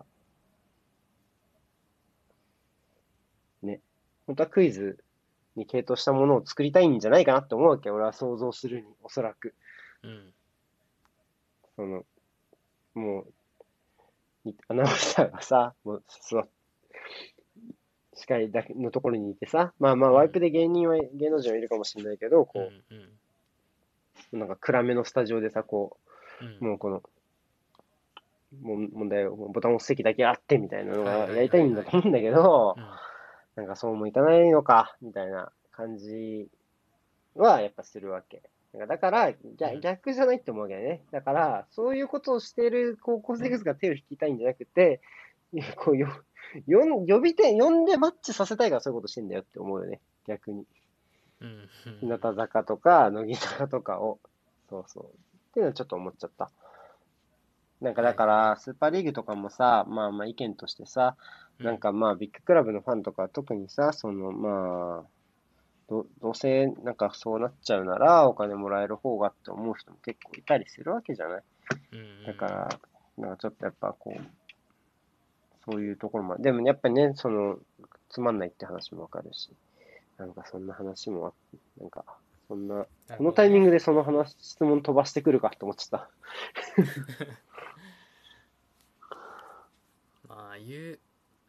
ね、本当はクイズに傾倒したものを作りたいんじゃないかなって思うわけ。俺は想像するに、おそらく。
うん。
その、もう、アナウンサーがさ、もう、その、司会だけのところにいてさ、まあまあ、
うん。
ワイプで芸人は、芸能人はいるかもしれないけど、こ
うん。うん。
う、なんか暗めのスタジオでさ、こ
うん。
う、もうこの、もう問題を、もうボタンを押す席だけあってみたいなの
はいはい
がやりたい
はいはい。
んだと思うんだけど、
うん。
なんかそうもいかないのか、みたいな感じはやっぱするわけ。なんかだから逆、
うん。
逆じゃないって思うわけだよね。だから、そういうことをしている高校生が手を引きたいんじゃなくて、いやこうよ、よん、呼び手、呼んでマッチさせたいからそういうことしてんだよって思うよね。逆に。
うん。う
日向
ん。
坂とか、乃木坂とかを。そうそう。っていうのはちょっと思っちゃった。なんか
はいはい。
だから、スーパーリーグとかもさ、まあまあ意見としてさ、
うん
なんかまあビッグクラブのファンとかは特にさ、そのまあ、ど、どうせなんかそうなっちゃうならお金もらえる方がって思う人も結構いたりするわけじゃない。
うんうん。
だから、なんかちょっとやっぱこう、そういうところも、でもやっぱりね、その、つまんないって話もわかるし、なんかそんな話もあ、なんか、そんな、
なる
このタイミン
ほどね。
グでその話、質問飛ばしてくるかって思っちゃった。
まあ有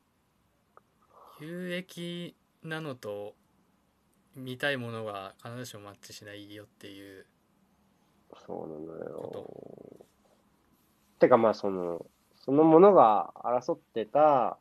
有益なのと見たいものが必ずしもマッチしないよっていう
そうなの
こと。
よ。てかまあその、そのものが争ってた、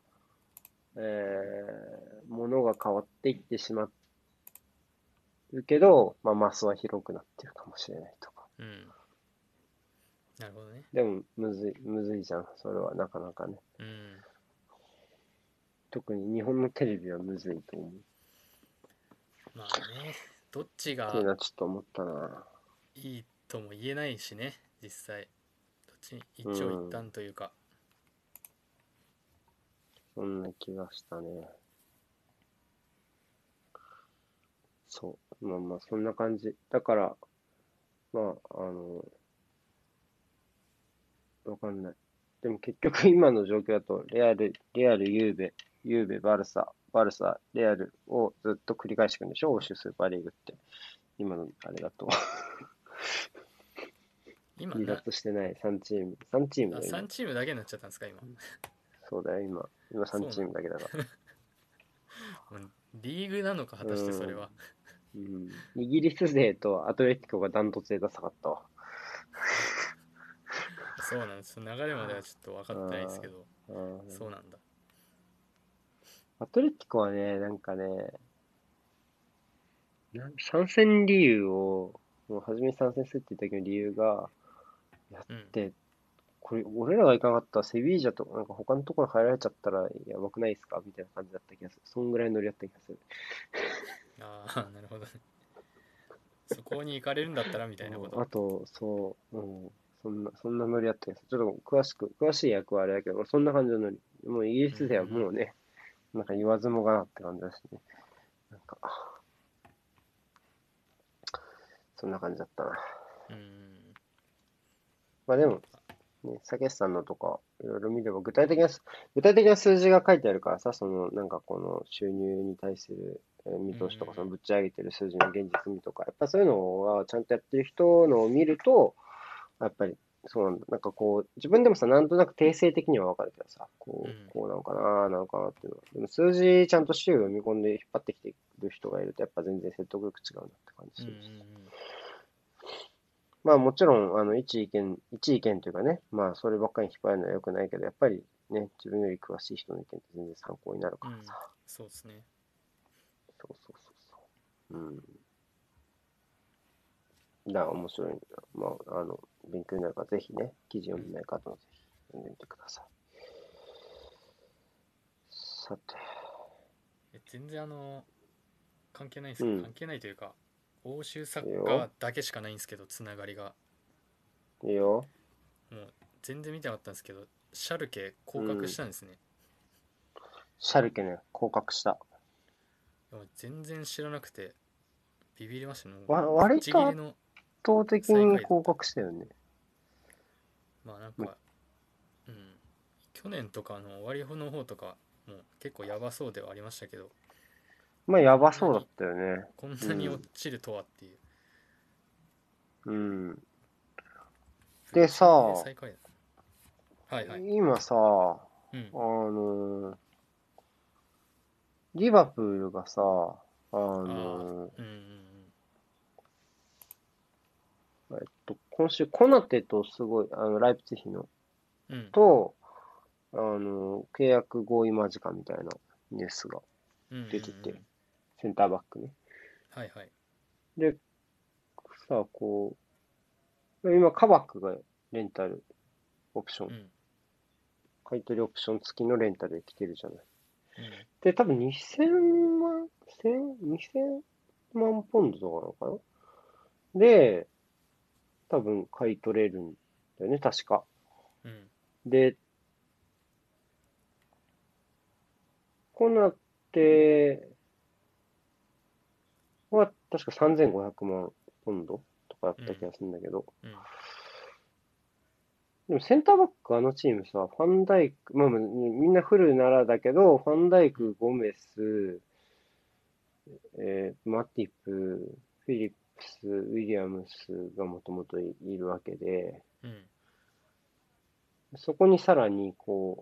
えー、ものが変わっていってしまうけど、まあマスは広くなってるかもしれないとか。
うん。なるほどね。
でも、むずい、むずいじゃん。それはなかなかね。
うん。
特に日本のテレビはむずいと思う。っ
まあね、どっちが
ていうのはちょっと思ったな。
いいとも言えないしね、実際。どっちに一
う
長一
ん。
短というか。
そんな気がしたね。そう。まあまあ、そんな感じ。だから、まあ、あの、わかんない。でも結局今の状況だと、レアル、レアル、ユーベ、ユーベ、バルサ、バルサ、レアルをずっと繰り返していくんでしょ、欧州スーパーリーグって。今のあれだと。離
今な、
脱してないさんチーム。さんチーム
あ、
だよ、今。
さんチームだけになっちゃったんですか、今。
そうだよ、今。今3チ
そうなんだ。
ームだけだか
もうリーグなのか、果
ら。
たしてそ
うん。
れは。
うん。イギリス勢とアトレティコがダントツでダサかったわ。
そうなんです。流れまではちょっと分かってないですけど、
うん。
そうなんだ。
アトレティコはね、なんかね、なん参戦理由を、もう初めに参戦するって言った時の理由が、やっ
うん。
て、これ、俺らが行かなかったらセビージャとか、なんか他のところ入られちゃったらやばくないですかみたいな感じだった気がする。そんぐらいノリだった気がする。
ああ、なるほどね。そこに行かれるんだったらみたいなこ
うん、
と。
あと、そう、うん、そんな、そんなノリだった気がする。ちょっと詳しく、詳しい役はあれだけど、そんな感じのノリ。もうイギリ
うんうん
ス勢はもうね、なんか言わずもがなって感じだしね。なんか、そんな感じだったな。
うん。うん。
まあでも、ね、サケスさんのとか、いろいろ見れば、具体的なす、具体的な数字が書いてあるからさ、その、なんかこの収入に対するえー見
うんうん
通しとか、そのぶっち上げてる数字の現実味とか、やっぱそういうのはちゃんとやってる人のを見ると、やっぱり、そうなんだ。なんかこう、自分でもさ、なんとなく定性的にはわかるけどさ、こう、
うん。
こうなのかな、なのかなっていうのは。でも数字ちゃんと週を読み込んで引っ張ってきてる人がいると、やっぱ全然説得力違うなって感じ
うんうんう
するし。
ん。
まあもちろん、あの、一意見、一意見というかね、まあそればっかり引っ張るのは良くないけど、やっぱりね、自分より詳しい人の意見って全然参考になるからさ。
うん。そうですね。
そうそうそうそう。うん。だから面白い。まあ、あの、勉強になるから、ぜひね、記事
うん。
読んでない方はぜひ読んでみてください。さて、
え全然あの、関係ないんですけど、
うん、
関係ないというか、欧州サッ
いいよ、
カーだけしかないんですけど、つながりが。
いいよ、
もう全然見てなかったんですけど、シャルケ降格し
うん。
たんですね。
シャルケね、降格した。
でも全然知らなくて、ビビりましたね。もう
わ、
ぶっ
割と圧
ちぎりの
倒的
最
に降
下位だったんで。
格したよね。
まあなん
む
か、うん。去年とかの終わりの方とか、もう結構やばそうではありましたけど、
まあ、やばそうだっ
こんなに、
たよね。
こんなに落
うん、
ちるとはっていう。
うん。
ぶっ
で
ちぎりで
さ、
最下位だ。はいはい。
今さ、あ
うん。
の、リバプールがさ、あ
ああ、
の、
うんうん
えっと、今週、コナテとすごい、あの、ライプツィヒの、
うん。
と、あの、契約合意間近みたいなニュースが
うん。うんうんう
出てて、
ん。
センターバックね。
はいはい。
で、さ、こう、今、カバックがレンタルオプション、
うん。
買い取りオプション付きのレンタルで来てるじゃない。
うん。
で、多分にせんまん、千、にせんまんポンドとかなのかなで、多分買い取れるんだよね、確か。
うん。
で、 コナテは確かさんぜんごひゃくまんポンドとかだった気がするんだけど、
うん。
でもセンターバックあのチームさ、ファンダイク、まあまあみんなフルならだけど、ファンダイ
うん。
ク、ゴメス、えーマティプ、フィリップス、ウィリアムスがもともといるわけで、
うん。
そこにさらにこ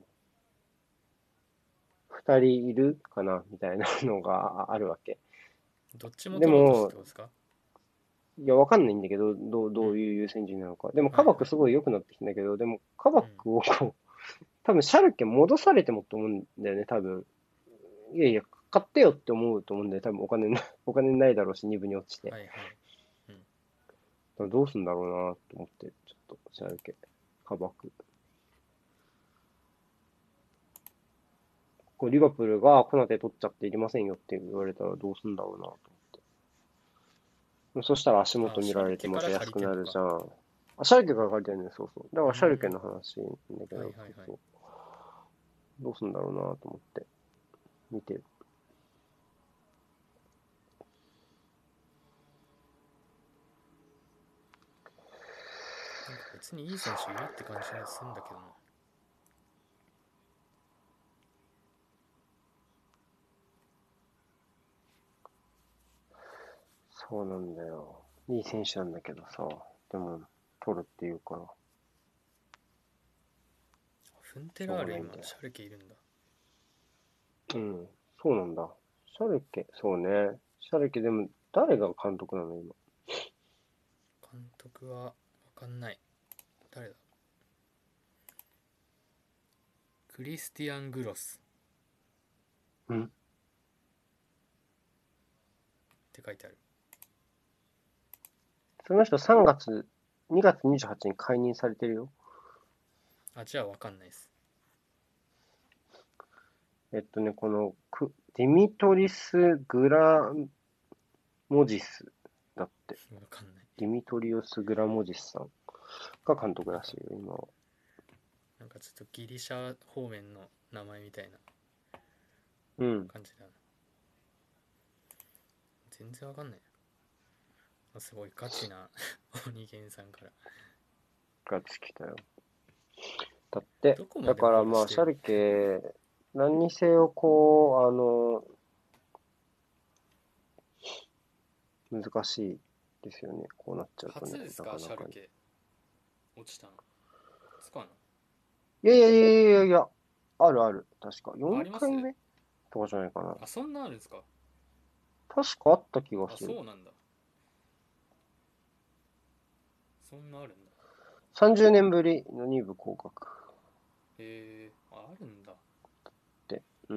う、二人いるかなみたいなのがあるわけ。
どっちも取ろうとしてっ
でも、
てことですか？
いや、わかんないんだけど、どう、
うん。
どういう優先順位なのか。でも、カバック
はいはい。
すごい良くなってきたんだけど、でも、カバッ
うん。
クをこう、多分、シャルケ戻されてもと思うんだよね、多分。いやいや、買ってよって思うと思うんだよ。多分、お金な、お金ないだろうし、に部に落ちて。
はいはい。うん。
だからどうすんだろうなと思って、ちょっと、シャルケ、カバック。こう、リバプールがコナテ取っちゃっていりませんよって言われたらどうすんだろうなと思って。そしたら足
あ、
元見
シャル
られてま
ケから借
た安くな
りてんのか。
るじゃん。あ、シャルケが書いてるね、そうそう。だか
うー
らシャルケ
ん。
の話なんだけど、
はいはいはい。
そうそう。どうすんだろうなと思って見てる。
なんか別にいい選手いるって感じするんだけどな。
そうなんだよ。いい選手なんだけどさ。でも、取るっていうから、
フンテ
しょう
ラー
がないんだよ。
レ今シャルケいるんだ。
うん。そうなんだ。シャルケ、そうね。シャルケでも、誰が監督なの今。
監督はわかんない。誰だ？クリスティアン・グロス
うん。
って書いてある。
その人さんがつ、にがつにじゅうはちにちに解任されてるよ。
あ、じゃあわかんないです。
えっとね、このク、ディミトリス・グラモジスだって。
わかんない。
ディミトリオス・グラモジスさんが監督
なんか、
らしいよ、今は。
なんかちょっとギリシャ方面の名前みたいな
うん。
感じだな。全然わかんないな。すごいガチな鬼源さんから。
ガチ来たよ。だって、
どこまでフォ
だからまあ、
ローしてる？
シャルケ、何にせよ、こう、あの、難しいですよね。こうなっちゃうとね、
初ですか
なかなかに。
シャルケ落ちたの？つか
いやいやいやいやいや、あるある。確か。
なあ、あ
4
ります？
回目とかじゃないかな。
あ、そんなあるんですか？
確かあった気が
あ、
する。
そうなんだ。そんなあるんだ。
さんじゅうねんぶりのに部降格
へえ、あ、あるんだ。
って。うん。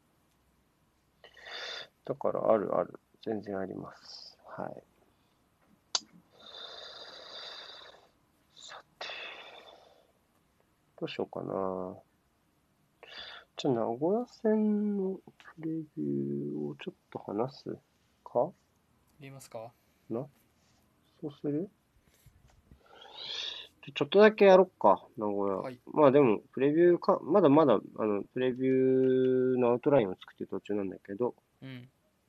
だからあるある。全然あります。はい。さて、どうしようかな。じゃあ、名古屋戦のプレビューをちょっと話すか
言いますか？
な。そうするちょちょっとだけやろっか、名古屋。
はい。
まあでも、プレビューか、まだまだ、あの、プレビューのアウトラインを作ってる途中なんだけど、
うん。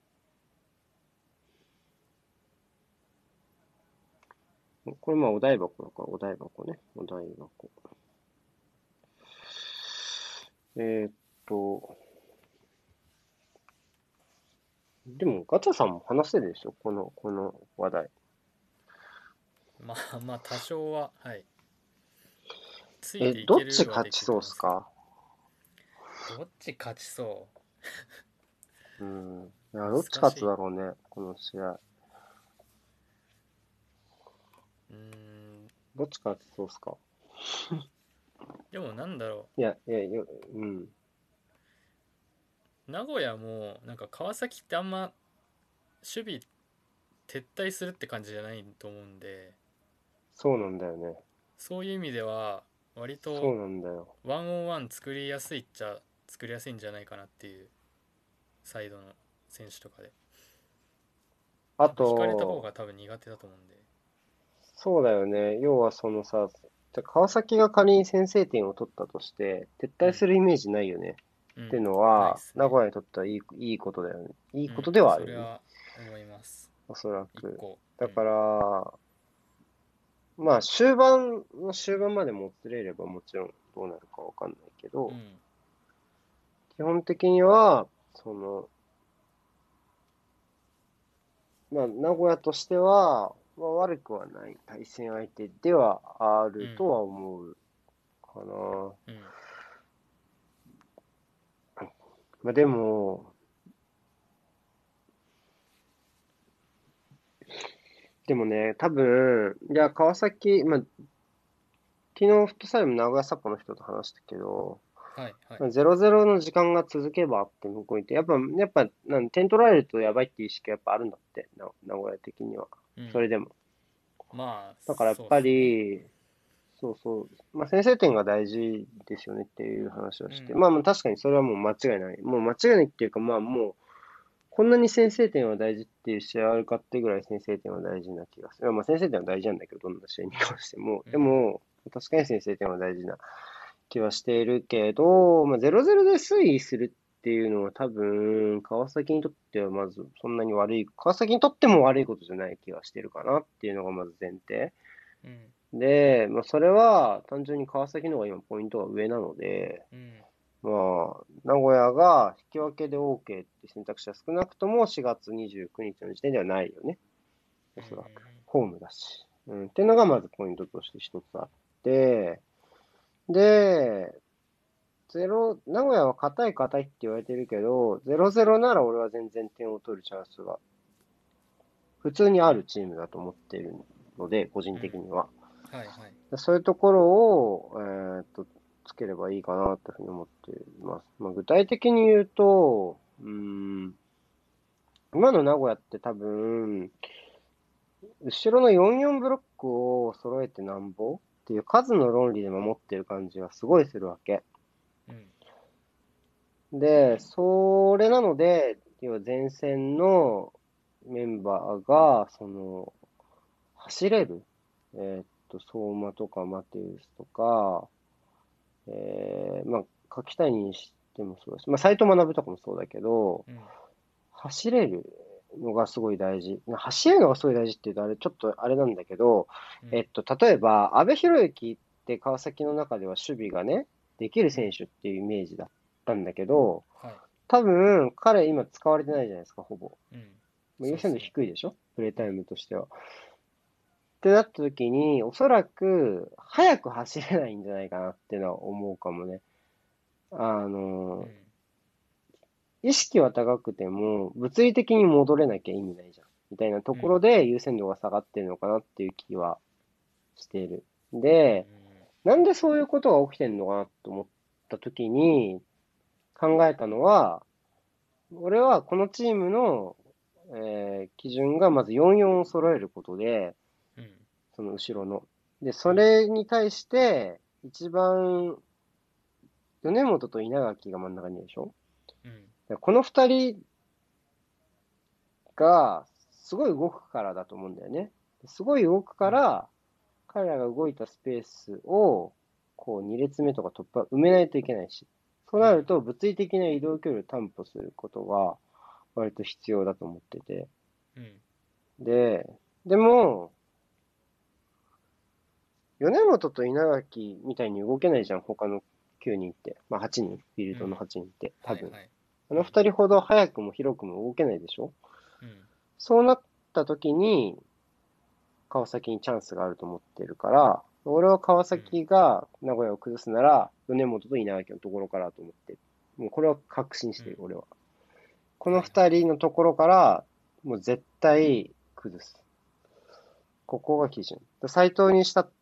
これまあお台箱だから、お台箱ね。お台箱。えーっと、でもガチャさんも話せるでしょこの、この話題。
まあまあ、多少は、はい。つい
え、
てい
どっ
けるはで
ち勝ち
きると思いますけど。
そうっすか？
どっち勝ちそ
うん。いや、
う？
どっち
難しい。
勝つだろうね、この試合。
うーん。
どっち勝ちそうっすか？
でもなんだろ
いや、いや、いや、うん。
う。名古屋も、なんか川崎ってあんま守備撤退するって感じじゃないと思うんで、
そうなんだよね。
そういう意味では、割と
そうなんだよ。
ワンオンワン作りやすいっちゃ作りやすいんじゃないかなっていう、サイドの選手とかで。
あ
多分引かれた方
と、
が多分苦手だと思うんで。
そうだよね。要はそのさ、じゃ川崎が仮に先制点を取ったとして、撤
うん。
退するイメージないよね。
うん。
ていうの
ないっ
は、
すね。
名古屋にとってはいい、いいことだよね。いい
うん。
ことではあるよね。
それは思います。
おそらく。
一個。うん。
だから、まあ、終盤の終盤までもつれればもちろんどうなるかわかんないけど、
うん。
基本的には、その、まあ、名古屋としては、まあ、悪くはない対戦相手ではあ
うん。
るとは思うかな。
うん。
まあ、でも、でもね、多分、いや、川崎、まあ、昨日フットサルも名古屋サポの人と話したけど、
はいはい。
まあ、ゼロゼロの時間が続けばって向こうにいて、やっぱ、やっぱ、なん点取られるとやばいっていう意識がやっぱあるんだって、な名古屋的には。
うん。
それでも。
まあ、
だからやっぱ
そうっすね。
り、そうそう、まあ、先制点が大事ですよねっていう話をして、
うん。
まあまあ確かにそれはもう間違いない。もう間違いないっていうか、まあもう、こんなに先制点は大事っていう試合あるかってぐらい先制点は大事な気がする。まあ先制点は大事なんだけど、どんな試合に
うん。
関しても。
うん。
でも、確かに先制点は大事な気はしているけど、まあゼロゼロで推移するっていうのは多分、川崎にとってはまずそんなに悪い、川崎にとっても悪いことじゃない気がしてるかなっていうのがまず前提。
うん。
で、まあそれは単純に川崎の方が今ポイントが上なので、
うん。
まあ、名古屋が引き分けで OK って選択肢は少なくともしがつにじゅうくにちの時点ではないよね。
うん。
おそらく。ホームだし。うん。っていうのがまずポイントとして一つあって、で、ゼロ、名古屋は硬い硬いって言われてるけど、ゼロゼロなら俺は全然点を取るチャンスが普通にあるチームだと思っているので、個人
うん。
的には。
はいはい。
そういうところを、えーっと、つければいいかなというふうに思っています。まあ、具体的に言うと、うーん、今の名古屋って多分、後ろのよんよんブロックを揃えてなんぼっていう数の論理で守ってる感じがすごいするわけ。
うん。
で、それなので、要は前線のメンバーが、その、走れる。えーっと、相馬とかマテウスとか、えー、まあ、柿谷にしてもそうだし、まあ、斎藤学とかもそうだけど、
うん。
走れるのがすごい大事。走れるのがすごい大事って言うと、あれ、ちょっとあれなんだけど、
うん。
えっと、例えば、阿部寛之って川崎の中では守備がね、できる
うん。
選手っていうイメージだったんだけど、
はい。
多分、彼今使われてないじゃないですか、ほぼ。
うん。
まあ優先度
そうっすね。
低いでしょプレイタイ
うん。
ムとしては。ってなった時に、おそらく、速く走れないんじゃないかなっていうのは思うかもね。あの、
うん。
意識は高くても、物理的に戻れなきゃ意味ないじゃん。みたいなと
うん。
ころで優先度が下がってるのかなっていう気はしている。
うん。う
で、
ん。
なんでそういうことが起きてるのかなと思った時に考えたのは、俺はこのチームの、えー基準がまずよんよんを揃えることで、
うん。
その後ろの。で、そ
うん。
れに対して、一番、米本と稲垣が真ん中にいるでしょ
うん。
でこの二人が、すごい動くからだと思うんだよね。すごい動く
うん。
から、彼らが動いたスペースを、こう、に列目とか突破、埋めないといけないし。そう
うん。
なると、物理的な移動距離を担保することが、割と必要だと思ってて。
うん。
で、でも、米本と稲垣みたいに動けないじゃん、他のきゅうにんって。まあはちにん、フィールドの
うん。
はちにんって、多分。
はいはい。
あの
うん。
ふたりほど早くも広くも動けないでしょ
うん。
そうなった時に、川崎にチャンスがあると思ってるから、俺は川
うん。
崎が名古屋を崩すなら、米本と稲垣のところからと思ってる。もうこれは確信してる、
うん。
俺は。この
はいはいはい。
二人のところから、もう絶対崩す。ここが基準。斎藤にしたって、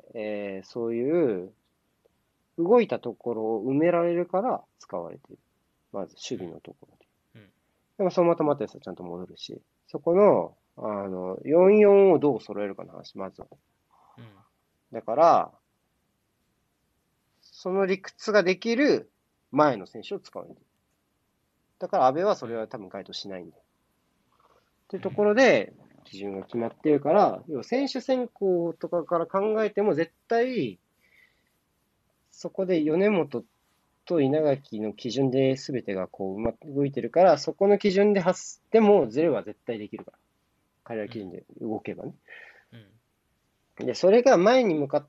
えーそういう動いたところを埋められるから使われている。まず守備のところで。
うん。
でもそのまたマテウスはちゃんと戻るし、そこの、あの、よんよんをどう揃えるかの話、まずは。
うん。
だから、その理屈ができる前の選手を使われている。だから安倍はそ
うん。
れは多分該当しないんだよ。っていう
うん。
ところで、基準が決まっているから、要は選手選考とかから考えても絶対、そこで米本と稲垣の基準で全てがこう、うまく動いてるから、そこの基準で発でもズレは絶対できるから。彼ら基準で動けばね。
うん。
で、それが前に向かって、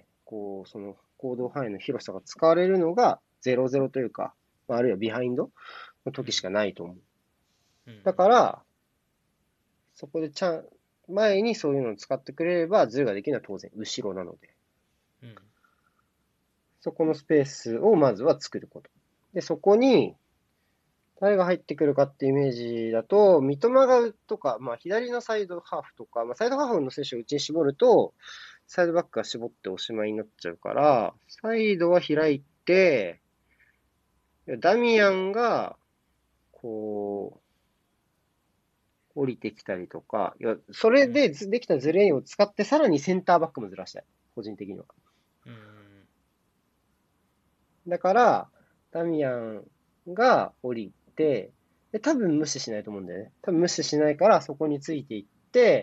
こう、その行動範囲の広さが使われるのがゼロゼロというか、まああるいはビハインドの時しかないと思う。
うん。
だから、そこでちゃん、前にそういうのを使ってくれれば、ズレができるのは当然、後ろなので。
うん。
そこのスペースをまずは作ること。で、そこに、誰が入ってくるかっていうイメージだと、三笘がとか、まあ、左のサイドハーフとか、まあ、サイドハーフの選手を内に絞ると、サイドバックが絞っておしまいになっちゃうから、サイドは開いて、ダミアンが、こう、降りてきたりとか、いや、それでできたズレを使って、さらにセンターバックもずらしたい。個人的には。
うん。
だから、ダミアンが降りて、で、多分無視しないと思うんだよね。多分無視しないから、そこについていって、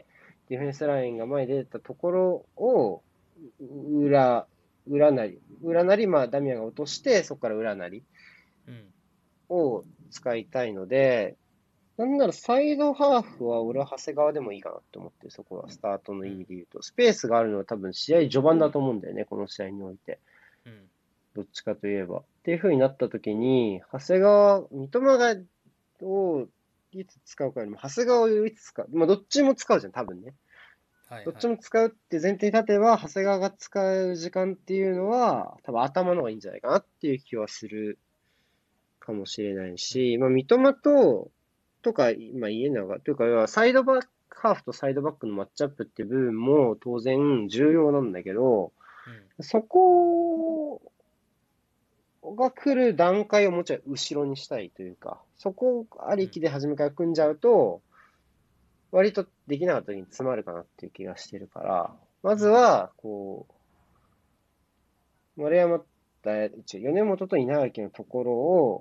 ディフェンスラインが前に出たところを、裏、裏なり、裏なり、まあ、ダミアンが落として、そこから裏なり
うん。
を使いたいので、なんならサイドハーフは俺は長谷川でもいいかなって思ってる、そこはスタートの意味で言うと。スペースがあるのは多分試合序盤だと思うんだよね、この試合において。
うん。
どっちかといえば。っていう風になった時に、長谷川、三笘がをいつ使うかよりも、長谷川をいつ使う。まあ、どっちも使うじゃん、多分ね。どっ
はいはい。
ちも使うって前提に立てば、長谷川が使う時間っていうのは、多分頭の方がいいんじゃないかなっていう気はするかもしれない
うん。
し、まあ、三笘と、とか、まあ、家長、というか、サイドバック、ハーフとサイドバックのマッチアップっていう部分も当然重要なんだけど、
うん。
そこが来る段階をもうちょい後ろにしたいというか、そこあり
うん。
きで初めから組んじゃうと、割とできなかった時に詰まるかなっていう気がしてるから、ま
うん。
ずは、こう、丸山、だ米本と稲垣のところを、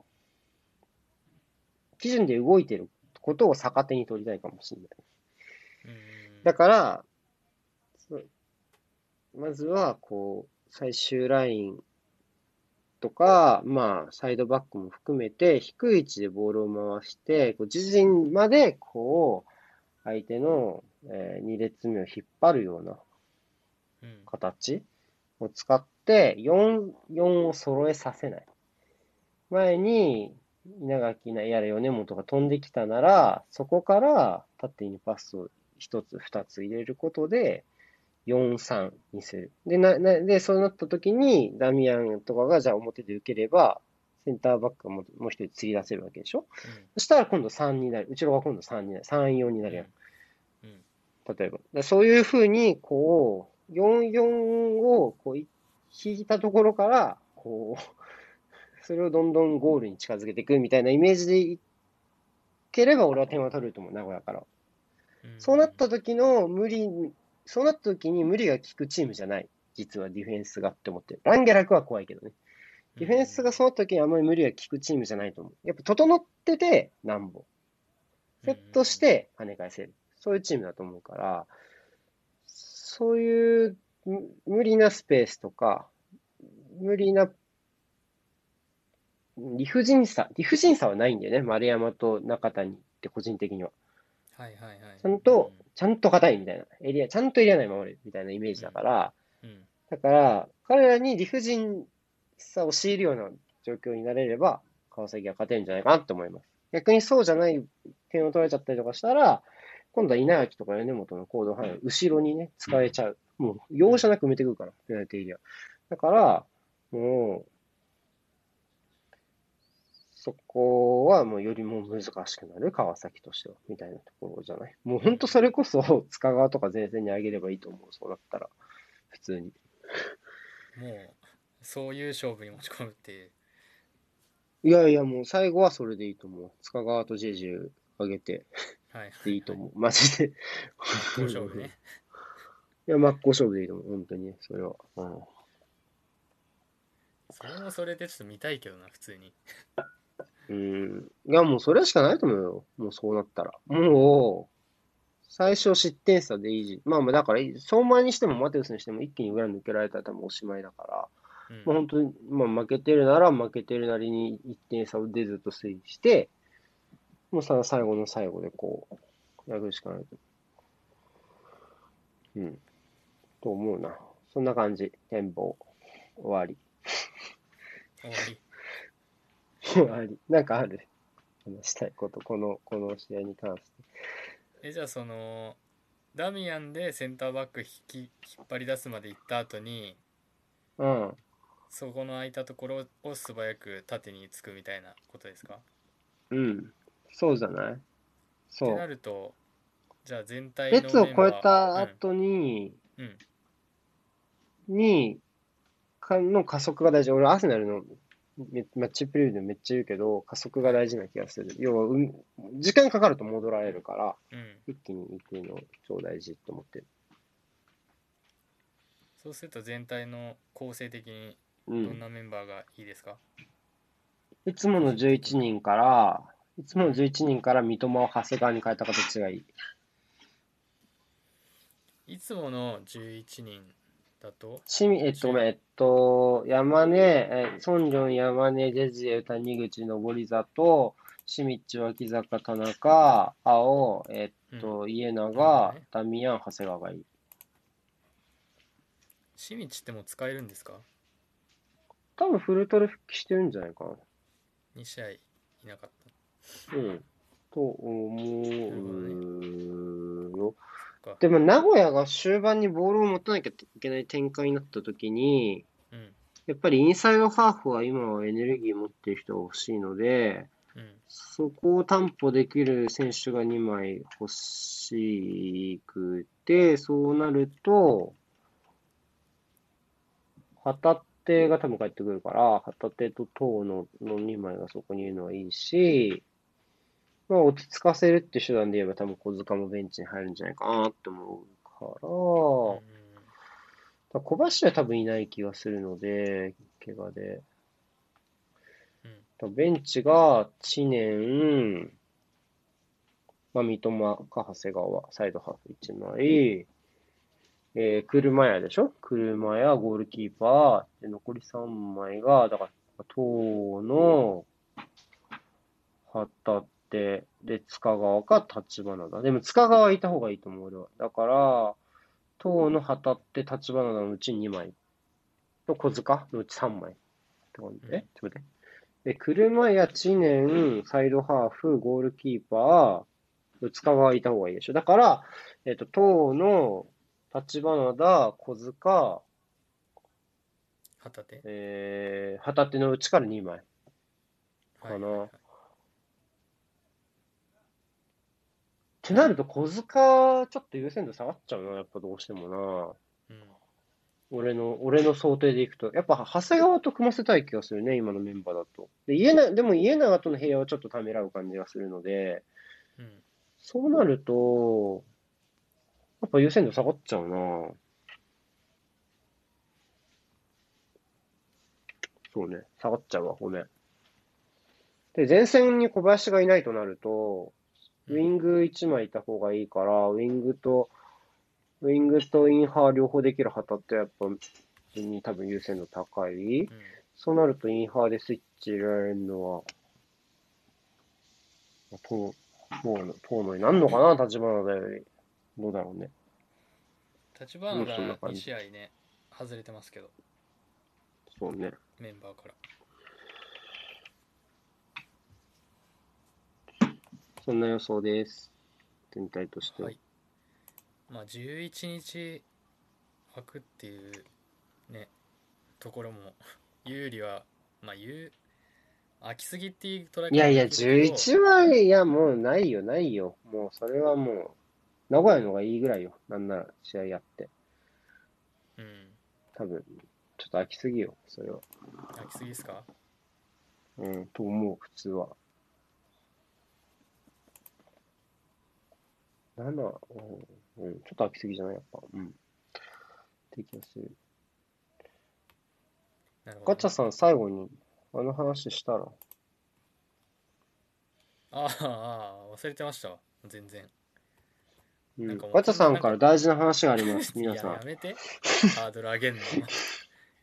基準で動いてることを逆手に取りたいかもしれない。
うん。
だから、まずは、こう、最終ラインとか、まあ、サイドバックも含めて、低い位置でボールを回して、こう自陣まで、こう、相手の、えー、に列目を引っ張るような
うん。
形を使って、よん、よんを揃えさせない。前に、稲垣なやら米本が飛んできたなら、そこから縦にパスを一つ、二つ入れることで、よんさんにする。で、な、な、で、そうなった時に、ダミアンとかが、じゃあ表で受ければ、センターバックがもうもう一人釣り出せるわけでしょ。
うん。
そしたら今度さんになる。後ろが今度さんになる。さんよんになるやん。
うん。うん。
例えば。だそういうふうに、こう、よんよんをこうい引いたところから、こう、それをどんどんゴールに近づけていくみたいなイメージでいければ、俺は点は取れると思う、名古屋から。
うん。
そうなった時の無理、そうなった時に無理が効くチームじゃない。実はディフェンスがって思ってる。ランゲラクは怖いけどね。
うん。
ディフェンスがそうなった時にあんまり無理が効くチームじゃないと思う。やっぱ整ってて、なんぼ。
うん。
セットして跳ね返せる。そういうチームだと思うから、そういう無理なスペースとか、無理な理不尽さ、理不尽さはないんだよね。丸山と中谷って個人的には。
はいはいはい。
ちゃんと、ちゃんと硬いみたいな。エリア、ちゃんとエリア内守るみたいなイメージ
うん。
だから、
うん。
だから、彼らに理不尽さを強いるような状況になれれば、川崎は勝てるんじゃないかなって思います。逆にそうじゃない点を取られちゃったりとかしたら、今度は稲垣とか米本の行動範囲を後ろにね、使えちゃう。もう、
うん。
容赦なく埋めてくるから、ペナルティエリア。だから、もう、そこはもうよりも難しくなる、川崎としては、みたいなところじゃない。もう
うん。
本当それこそ、塚川とか前線に上げればいいと思う、そうなったら、普通に。
もう、そういう勝負に持ち込むっていう。
いやいや、もう最後はそれでいいと思う。塚川とジェジュ上げて、
はいはいはい。
でいいと思う。マジで。
真っ向勝負ね。
いや、真っ向勝負でいいと思う。本当に、それは。うん。
それもそれでちょっと見たいけどな、普通に。
うん。いや、もうそれしかないと思うよ。もうそうなったら。もう、最初失点差でいいし。まあまあ、だから、相馬にしてもマテウスにしても一気に裏抜けられたら多分おしまいだから。
うん
まあ、本当に、まあ、負けてるなら負けてるなりにいってん差でずっと推移して、もうさ、最後の最後でこう、やるしかないと。うん。と思うな。そんな感じ。展望。終わり。
終わり。
終わり。なんかある話したいこと、この、この試合に関して。
えじゃあそのダミアンでセンターバック引き引っ張り出すまで行った後に
うん。
そこの空いたところを素早く縦につくみたいなことですか？っ
うん。そうじゃない？
てな
そ
るとじゃあ全
う。
体の
列を越え
メンバー、うん
た後に、
うん
に、かの加速が大事。俺、アーセナルのめマッチプレビューでめっちゃ言うけど、加速が
はい
大事な気がする。要は、うん、時間かかると戻られるから、
うん
一気に行くの超大事と思ってる。
そうすると全体の構成的にどん
うん。
なメンバーがいいですか？
いつも
個
の11
人的に。
人から、いつもの
うん
じゅういちにんから三笘を長谷川に変えた形がいい。
いつものじゅういちにんだと
しみ、えっと、ごめん、えっと、山根、え、ソンジョン、山根、ジェジエ、谷口、登里、シミッチ、脇坂、田中、青、えっ
うん
と、家長、
なるほどね。
ダミアン、長谷川がいい。
シミッチってもう使えるんですか？
多分フルトレ復帰してるんじゃないかな。
に試合いなかっ
うん。と思
た。なるほどね。
うよ。
そっか。
でも、名古屋が終盤にボールを持たなきゃいけない展開になった時に、
うん
やっぱりインサイドハーフは今はエネルギー持ってる人が欲しいので、
うん
そこを担保できる選手がにまい欲しくて、そうなると、旗手が多分帰ってくるから、旗手と塔ののにまいがそこにいるのはいいし、まあ落ち着かせるって手段で言えば多分小塚もベンチに入るんじゃないかなって思うか
うんうん
ら、小橋は多分いない気がするので、怪我で。ベンチが知念、まあ、三笘か長谷川、サイドハーフいちまい、えー、車屋でしょ車屋、ゴールキーパー、で、残りさんまいが、だから、東の、旗手、で、塚川か立花だ。でも、塚川いた方がいいと思う、俺は。だから、東の旗手、立花のうちにまいと小塚のうちさんまいって感じ。
うん
えちょっと待って。で、車屋、知念、サイドハーフ、ゴールキーパー、塚川いた方がいいでしょ。だから、えっと、東の立花田、小塚、
旗手。
えー、旗手のうちからにまいかな。
はいはいはい。
ってなると、小塚、ちょっと優先度下がっちゃうな、やっぱどうしてもな。
うん
俺の、俺の想定でいくと。やっぱ、長谷川と組ませたい気がするね、今のメンバーだと。で、家な、でも家長との部屋はちょっとためらう感じがするので、
うん
そうなると、やっぱ優先度下がっちゃうな。そうね、下がっちゃうわ、ごめん。で、前線に小林がいないとなると、
うん。
ウィングいちまいいた方がいいから、ウィングと、ウィングとインハー両方できる旗ってやっぱ、普通に多分優先度高い。
うん
そうなるとインハーでスイッチ入れられるのは、遠遠野、遠野になるのかな、立花田より。どうだろうね。うん、そんな
立花田に
感じ。
試合ね外れてますけど
そうね。
メンバーから。
そんな予想です。全体としては。
はいまあじゅういちにち空くっていうねところも有利はまあ言う空きすぎっていう捉え
いやいや、
方もできるけど。
じゅういちはい、いや、もうないよ、ないよ。もう、それはもう、名古屋の方がいいぐらいよ。なんなら、試合やって。
うん
多分、ちょっと飽きすぎよ、それは。
空きすぎですか？
うん、と思う、普通は。なな、うん、うん、ちょっと飽きすぎじゃないやっぱ。うん。って気がする。
なるほどね。
ガチャさん、最後に、あの話したら。
あーあー忘れてましたわ全然。
うん。
なんかもう
ガチャさん
こんななんか
から大事な話があります、
いや
皆さん。
やめてハードル上げんの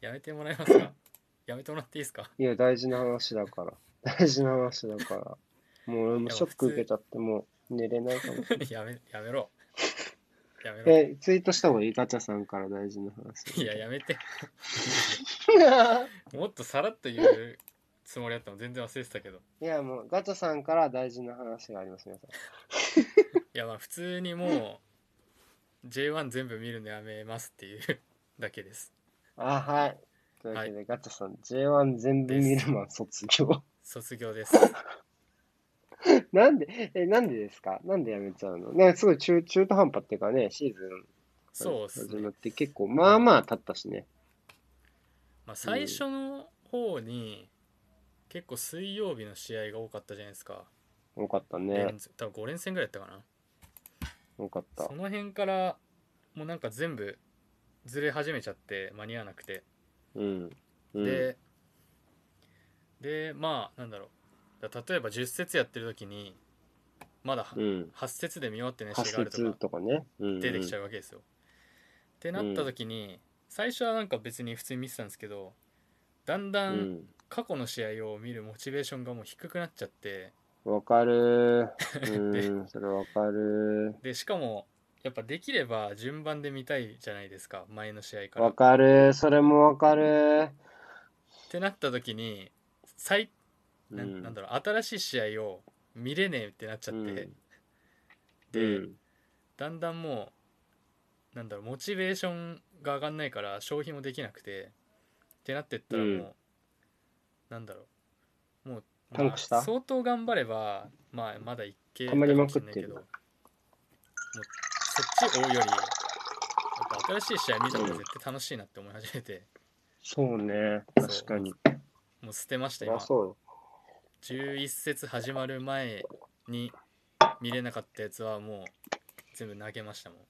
やめてもらえますか？やめてもらっていいですか？
いや、大事な話だから。大事な話だから。もう俺も
いや、
ショック受け
普通
ちゃってもう寝れないかもしれない。
やめ、やめろ。やめろ。
え、ツイートした方がいい？ガチャさんから大事な話
いや、
みたい
やめて。
な。
もっとさらっと言うつもりだったの全然忘れてたけど。
いや、もうガチャさんから大事な話があります、皆さん。
いや、まあ普通にもう ジェイワン 全部見るのやめますっていうだけです。
あ、はい。というわ
はい。
けで、ガチャさん、ジェイワン 全部
です。
見るマン卒業。
卒業です。
なんで、え、なんでですか？なんでやめちゃうの？ね、すごい中、中途半端っていうかね、シーズン
そうっすね。
始まって結構、まあ
はい。
まあ経ったしね。
まあ最
うん。
初の方に結構水曜日の試合が多かったじゃないですか。
多かったね。
連続、多分ご連戦ぐらいやったかな。
多かった。
その辺からもうなんか全部ずれ始めちゃって間に合わなくて。
うん。うん。
で、で、まあなんだろう。だ例えばじゅっ節やってる時にまだ
うん。
はち節で見終わってない
発
試合があるとか
節とかね。うん
出てきち
うん。
ゃうわけですよ。ってなった
うん。
時に最初はなんか別に普通に見てたんですけど、だんだん
うん。
過去の試合を見るモチベーションがもう低くなっちゃって、
わかるー。
で
うん。それわかる
でしかもやっぱできれば順番で見たいじゃないですか、前の試合か
ー。
ら。っ
わかるー。それもわかるー。
てなった時に最なん、なん
うん。
だろう、新しい試合を見れねえってなっちゃって、
うん。う
で
ん。
だんだんもうなんだろう、モチベーションが上がんないから消費もできなくて、ってなってった
うん。
らもうなんだろう、もうまあ
パンクした？
相当頑張ればまあまだいけ
溜まり
たかも
まくってる。
しれないけど、もうそっち追うよりやっぱ新しい試合見た方が
うん。
絶対楽しいなって思い始めて、
そうね。確
そうも
かに。
うもう捨てまし
そ
た今。
りゃそうよ。
じゅういち節始まる前に見れなかったやつはもう全部投げましたもん。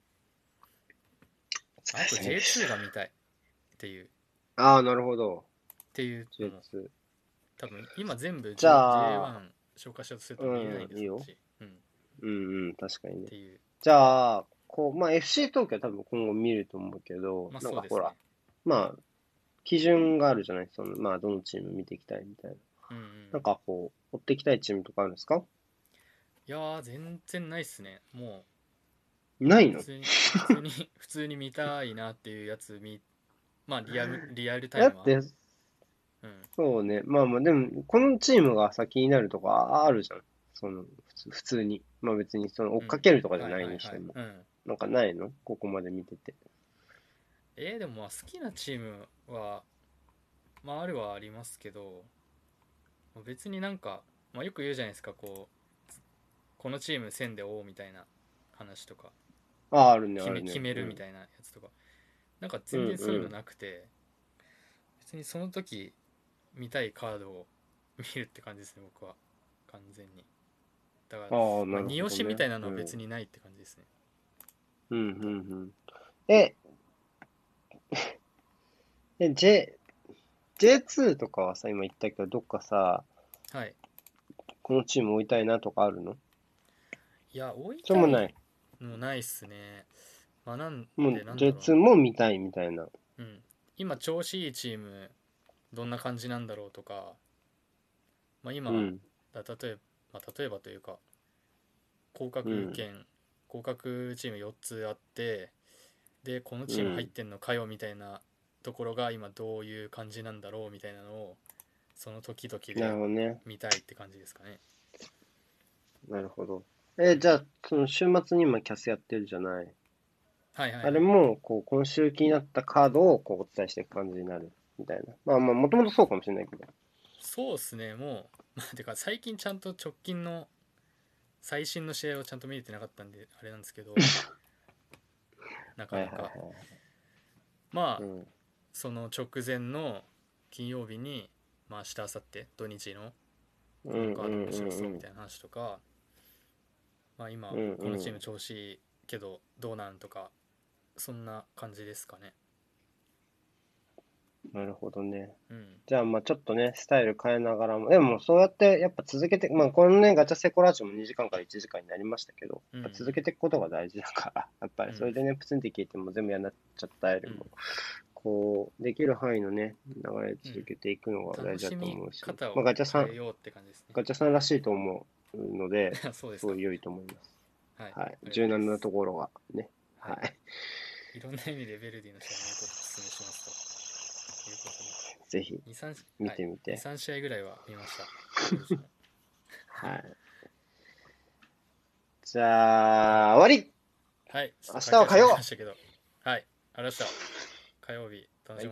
お疲
あと
れ様で
ジェイツー
す。
が見たいっていうっ
ああ、なるほど。
ていうのも、
ジェイツー。
多分今全部
じ
J-
ゃあ、
ジェイワン 紹介しようとすると見れないん
うん、
です
いいよ。
よ私。うんっ
うんうん、確かにね。
ていう。
じゃあ、こう、まあ エフシー 東京は多分今後見ると思うけど、
まあ
なんかほら、
そうですね。
まあ、基準があるじゃない、その、まあ、どのチーム見ていきたいみたいな。
うんうん。
なんかこう、追っていきたいチームとかあるんですか？
いやー全然ないっすね。も
ないの？
う普通に普通に普通に見たいなっていうやつ見、まあリアルリアルタイムは、
だって、
うん
そうね。まあまあ、でも、このチームがさ、気になるとかあるじゃん。その、普通、普通に。まあ別に、その、追っか
うん。
けるとかじゃ
はい
ない
はいはい。
にしても。
うん。
なんかないの？ここまで見てて。
えー、でもまあ好きなチームはまああるはありますけど、別になんか、まあ、よく言うじゃないですか、こうこのチーム戦で追うみたいな話とか、
ああ、あるね、
決め
あるね。
決めるみ
うん。
たいなやつとか、なんか
うん
全然そういうの
うん。
なくて、別にその時見たいカードを見るって感じですね僕は。完全に。だから、
ああ、
まあ、
なる
二押しみ
ほどね。
たいなのは
うん。
別にないって感じですね。
うん、うん、うん。え、え、J、ジェイツー とかはさ、今言ったけど、どっかさ、
はい。
このチーム置いたいなとかあるの？
いや追いたい
それもない。
のないっすね。まあなん
もう
でなんだろう
ジェイツー
な。
も見たいみたいな。
うん。今調子いいチームどんな感じなんだろうとか、まあ今
うん、
だ例えば、まあ、例えばというか降
うん、
格圏降格チームよっつあって、でこのチーム入っ
うん。
てんのかよみたいなところが今どういう感じなんだろうみたいなのをその時々
なる
で
ほどね。
見たいって感じですかね。
なるほど。え、
うん。
じゃあ、その週末に今キャスやってるじゃない。あ
はいはいはい。
れも、こう、今週気になったカードをこうお伝えしていく感じになるみたいな。まあまあ、もともとそうかもしれないけど。
そうっすね。もうまあてか最近ちゃんと直近の最新の試合をちゃんと見れてなかったんであれなんですけど、なか
はいはいは
なか
い。
まあ
うん、
その直前の金曜日に、まあ明日明後日土日の
うん、
このカード
うん、
面白そう
うん、
みたいな話とか、まあ今
うん、
このチーム
うん。
調子いいけどどうなんとか、そんな感じですかね。
なるほどね。
うん。
じゃあ、まあちょっとね、スタイル変えながらも、でもそうやってやっぱ続けて、まあこのね、ガチャセコラジオもにじかんからいちじかんになりましたけど、
うんうん
やっぱ続けていくことが大事だから、やっぱりそれ
うん
でね、プツンって聞いても全部やんなっちゃったよりも、
うん
こう、できる範囲のね、流れ続けていくのが大
楽しみ
事だと思うし、
方を
まあ、ガチャさん、
変えようって感じですね。
ガチャさんらしいと思うので、
そうですか。
すごい良いと思います。
はい。
はい。
ありがとうござ
柔
います
軟なところがね。
は
はいい。
いろんな意味でベルディの試合をよくお勧めしますということ
ぜひ
で、に、さん、はい、
見てみて。
に、さん試合ぐらいは見ました。当時も
はい。じゃあ、終わり
はい、ちょっと
明日は火曜
駆け足になりましたけど、はい、ありがとうございました。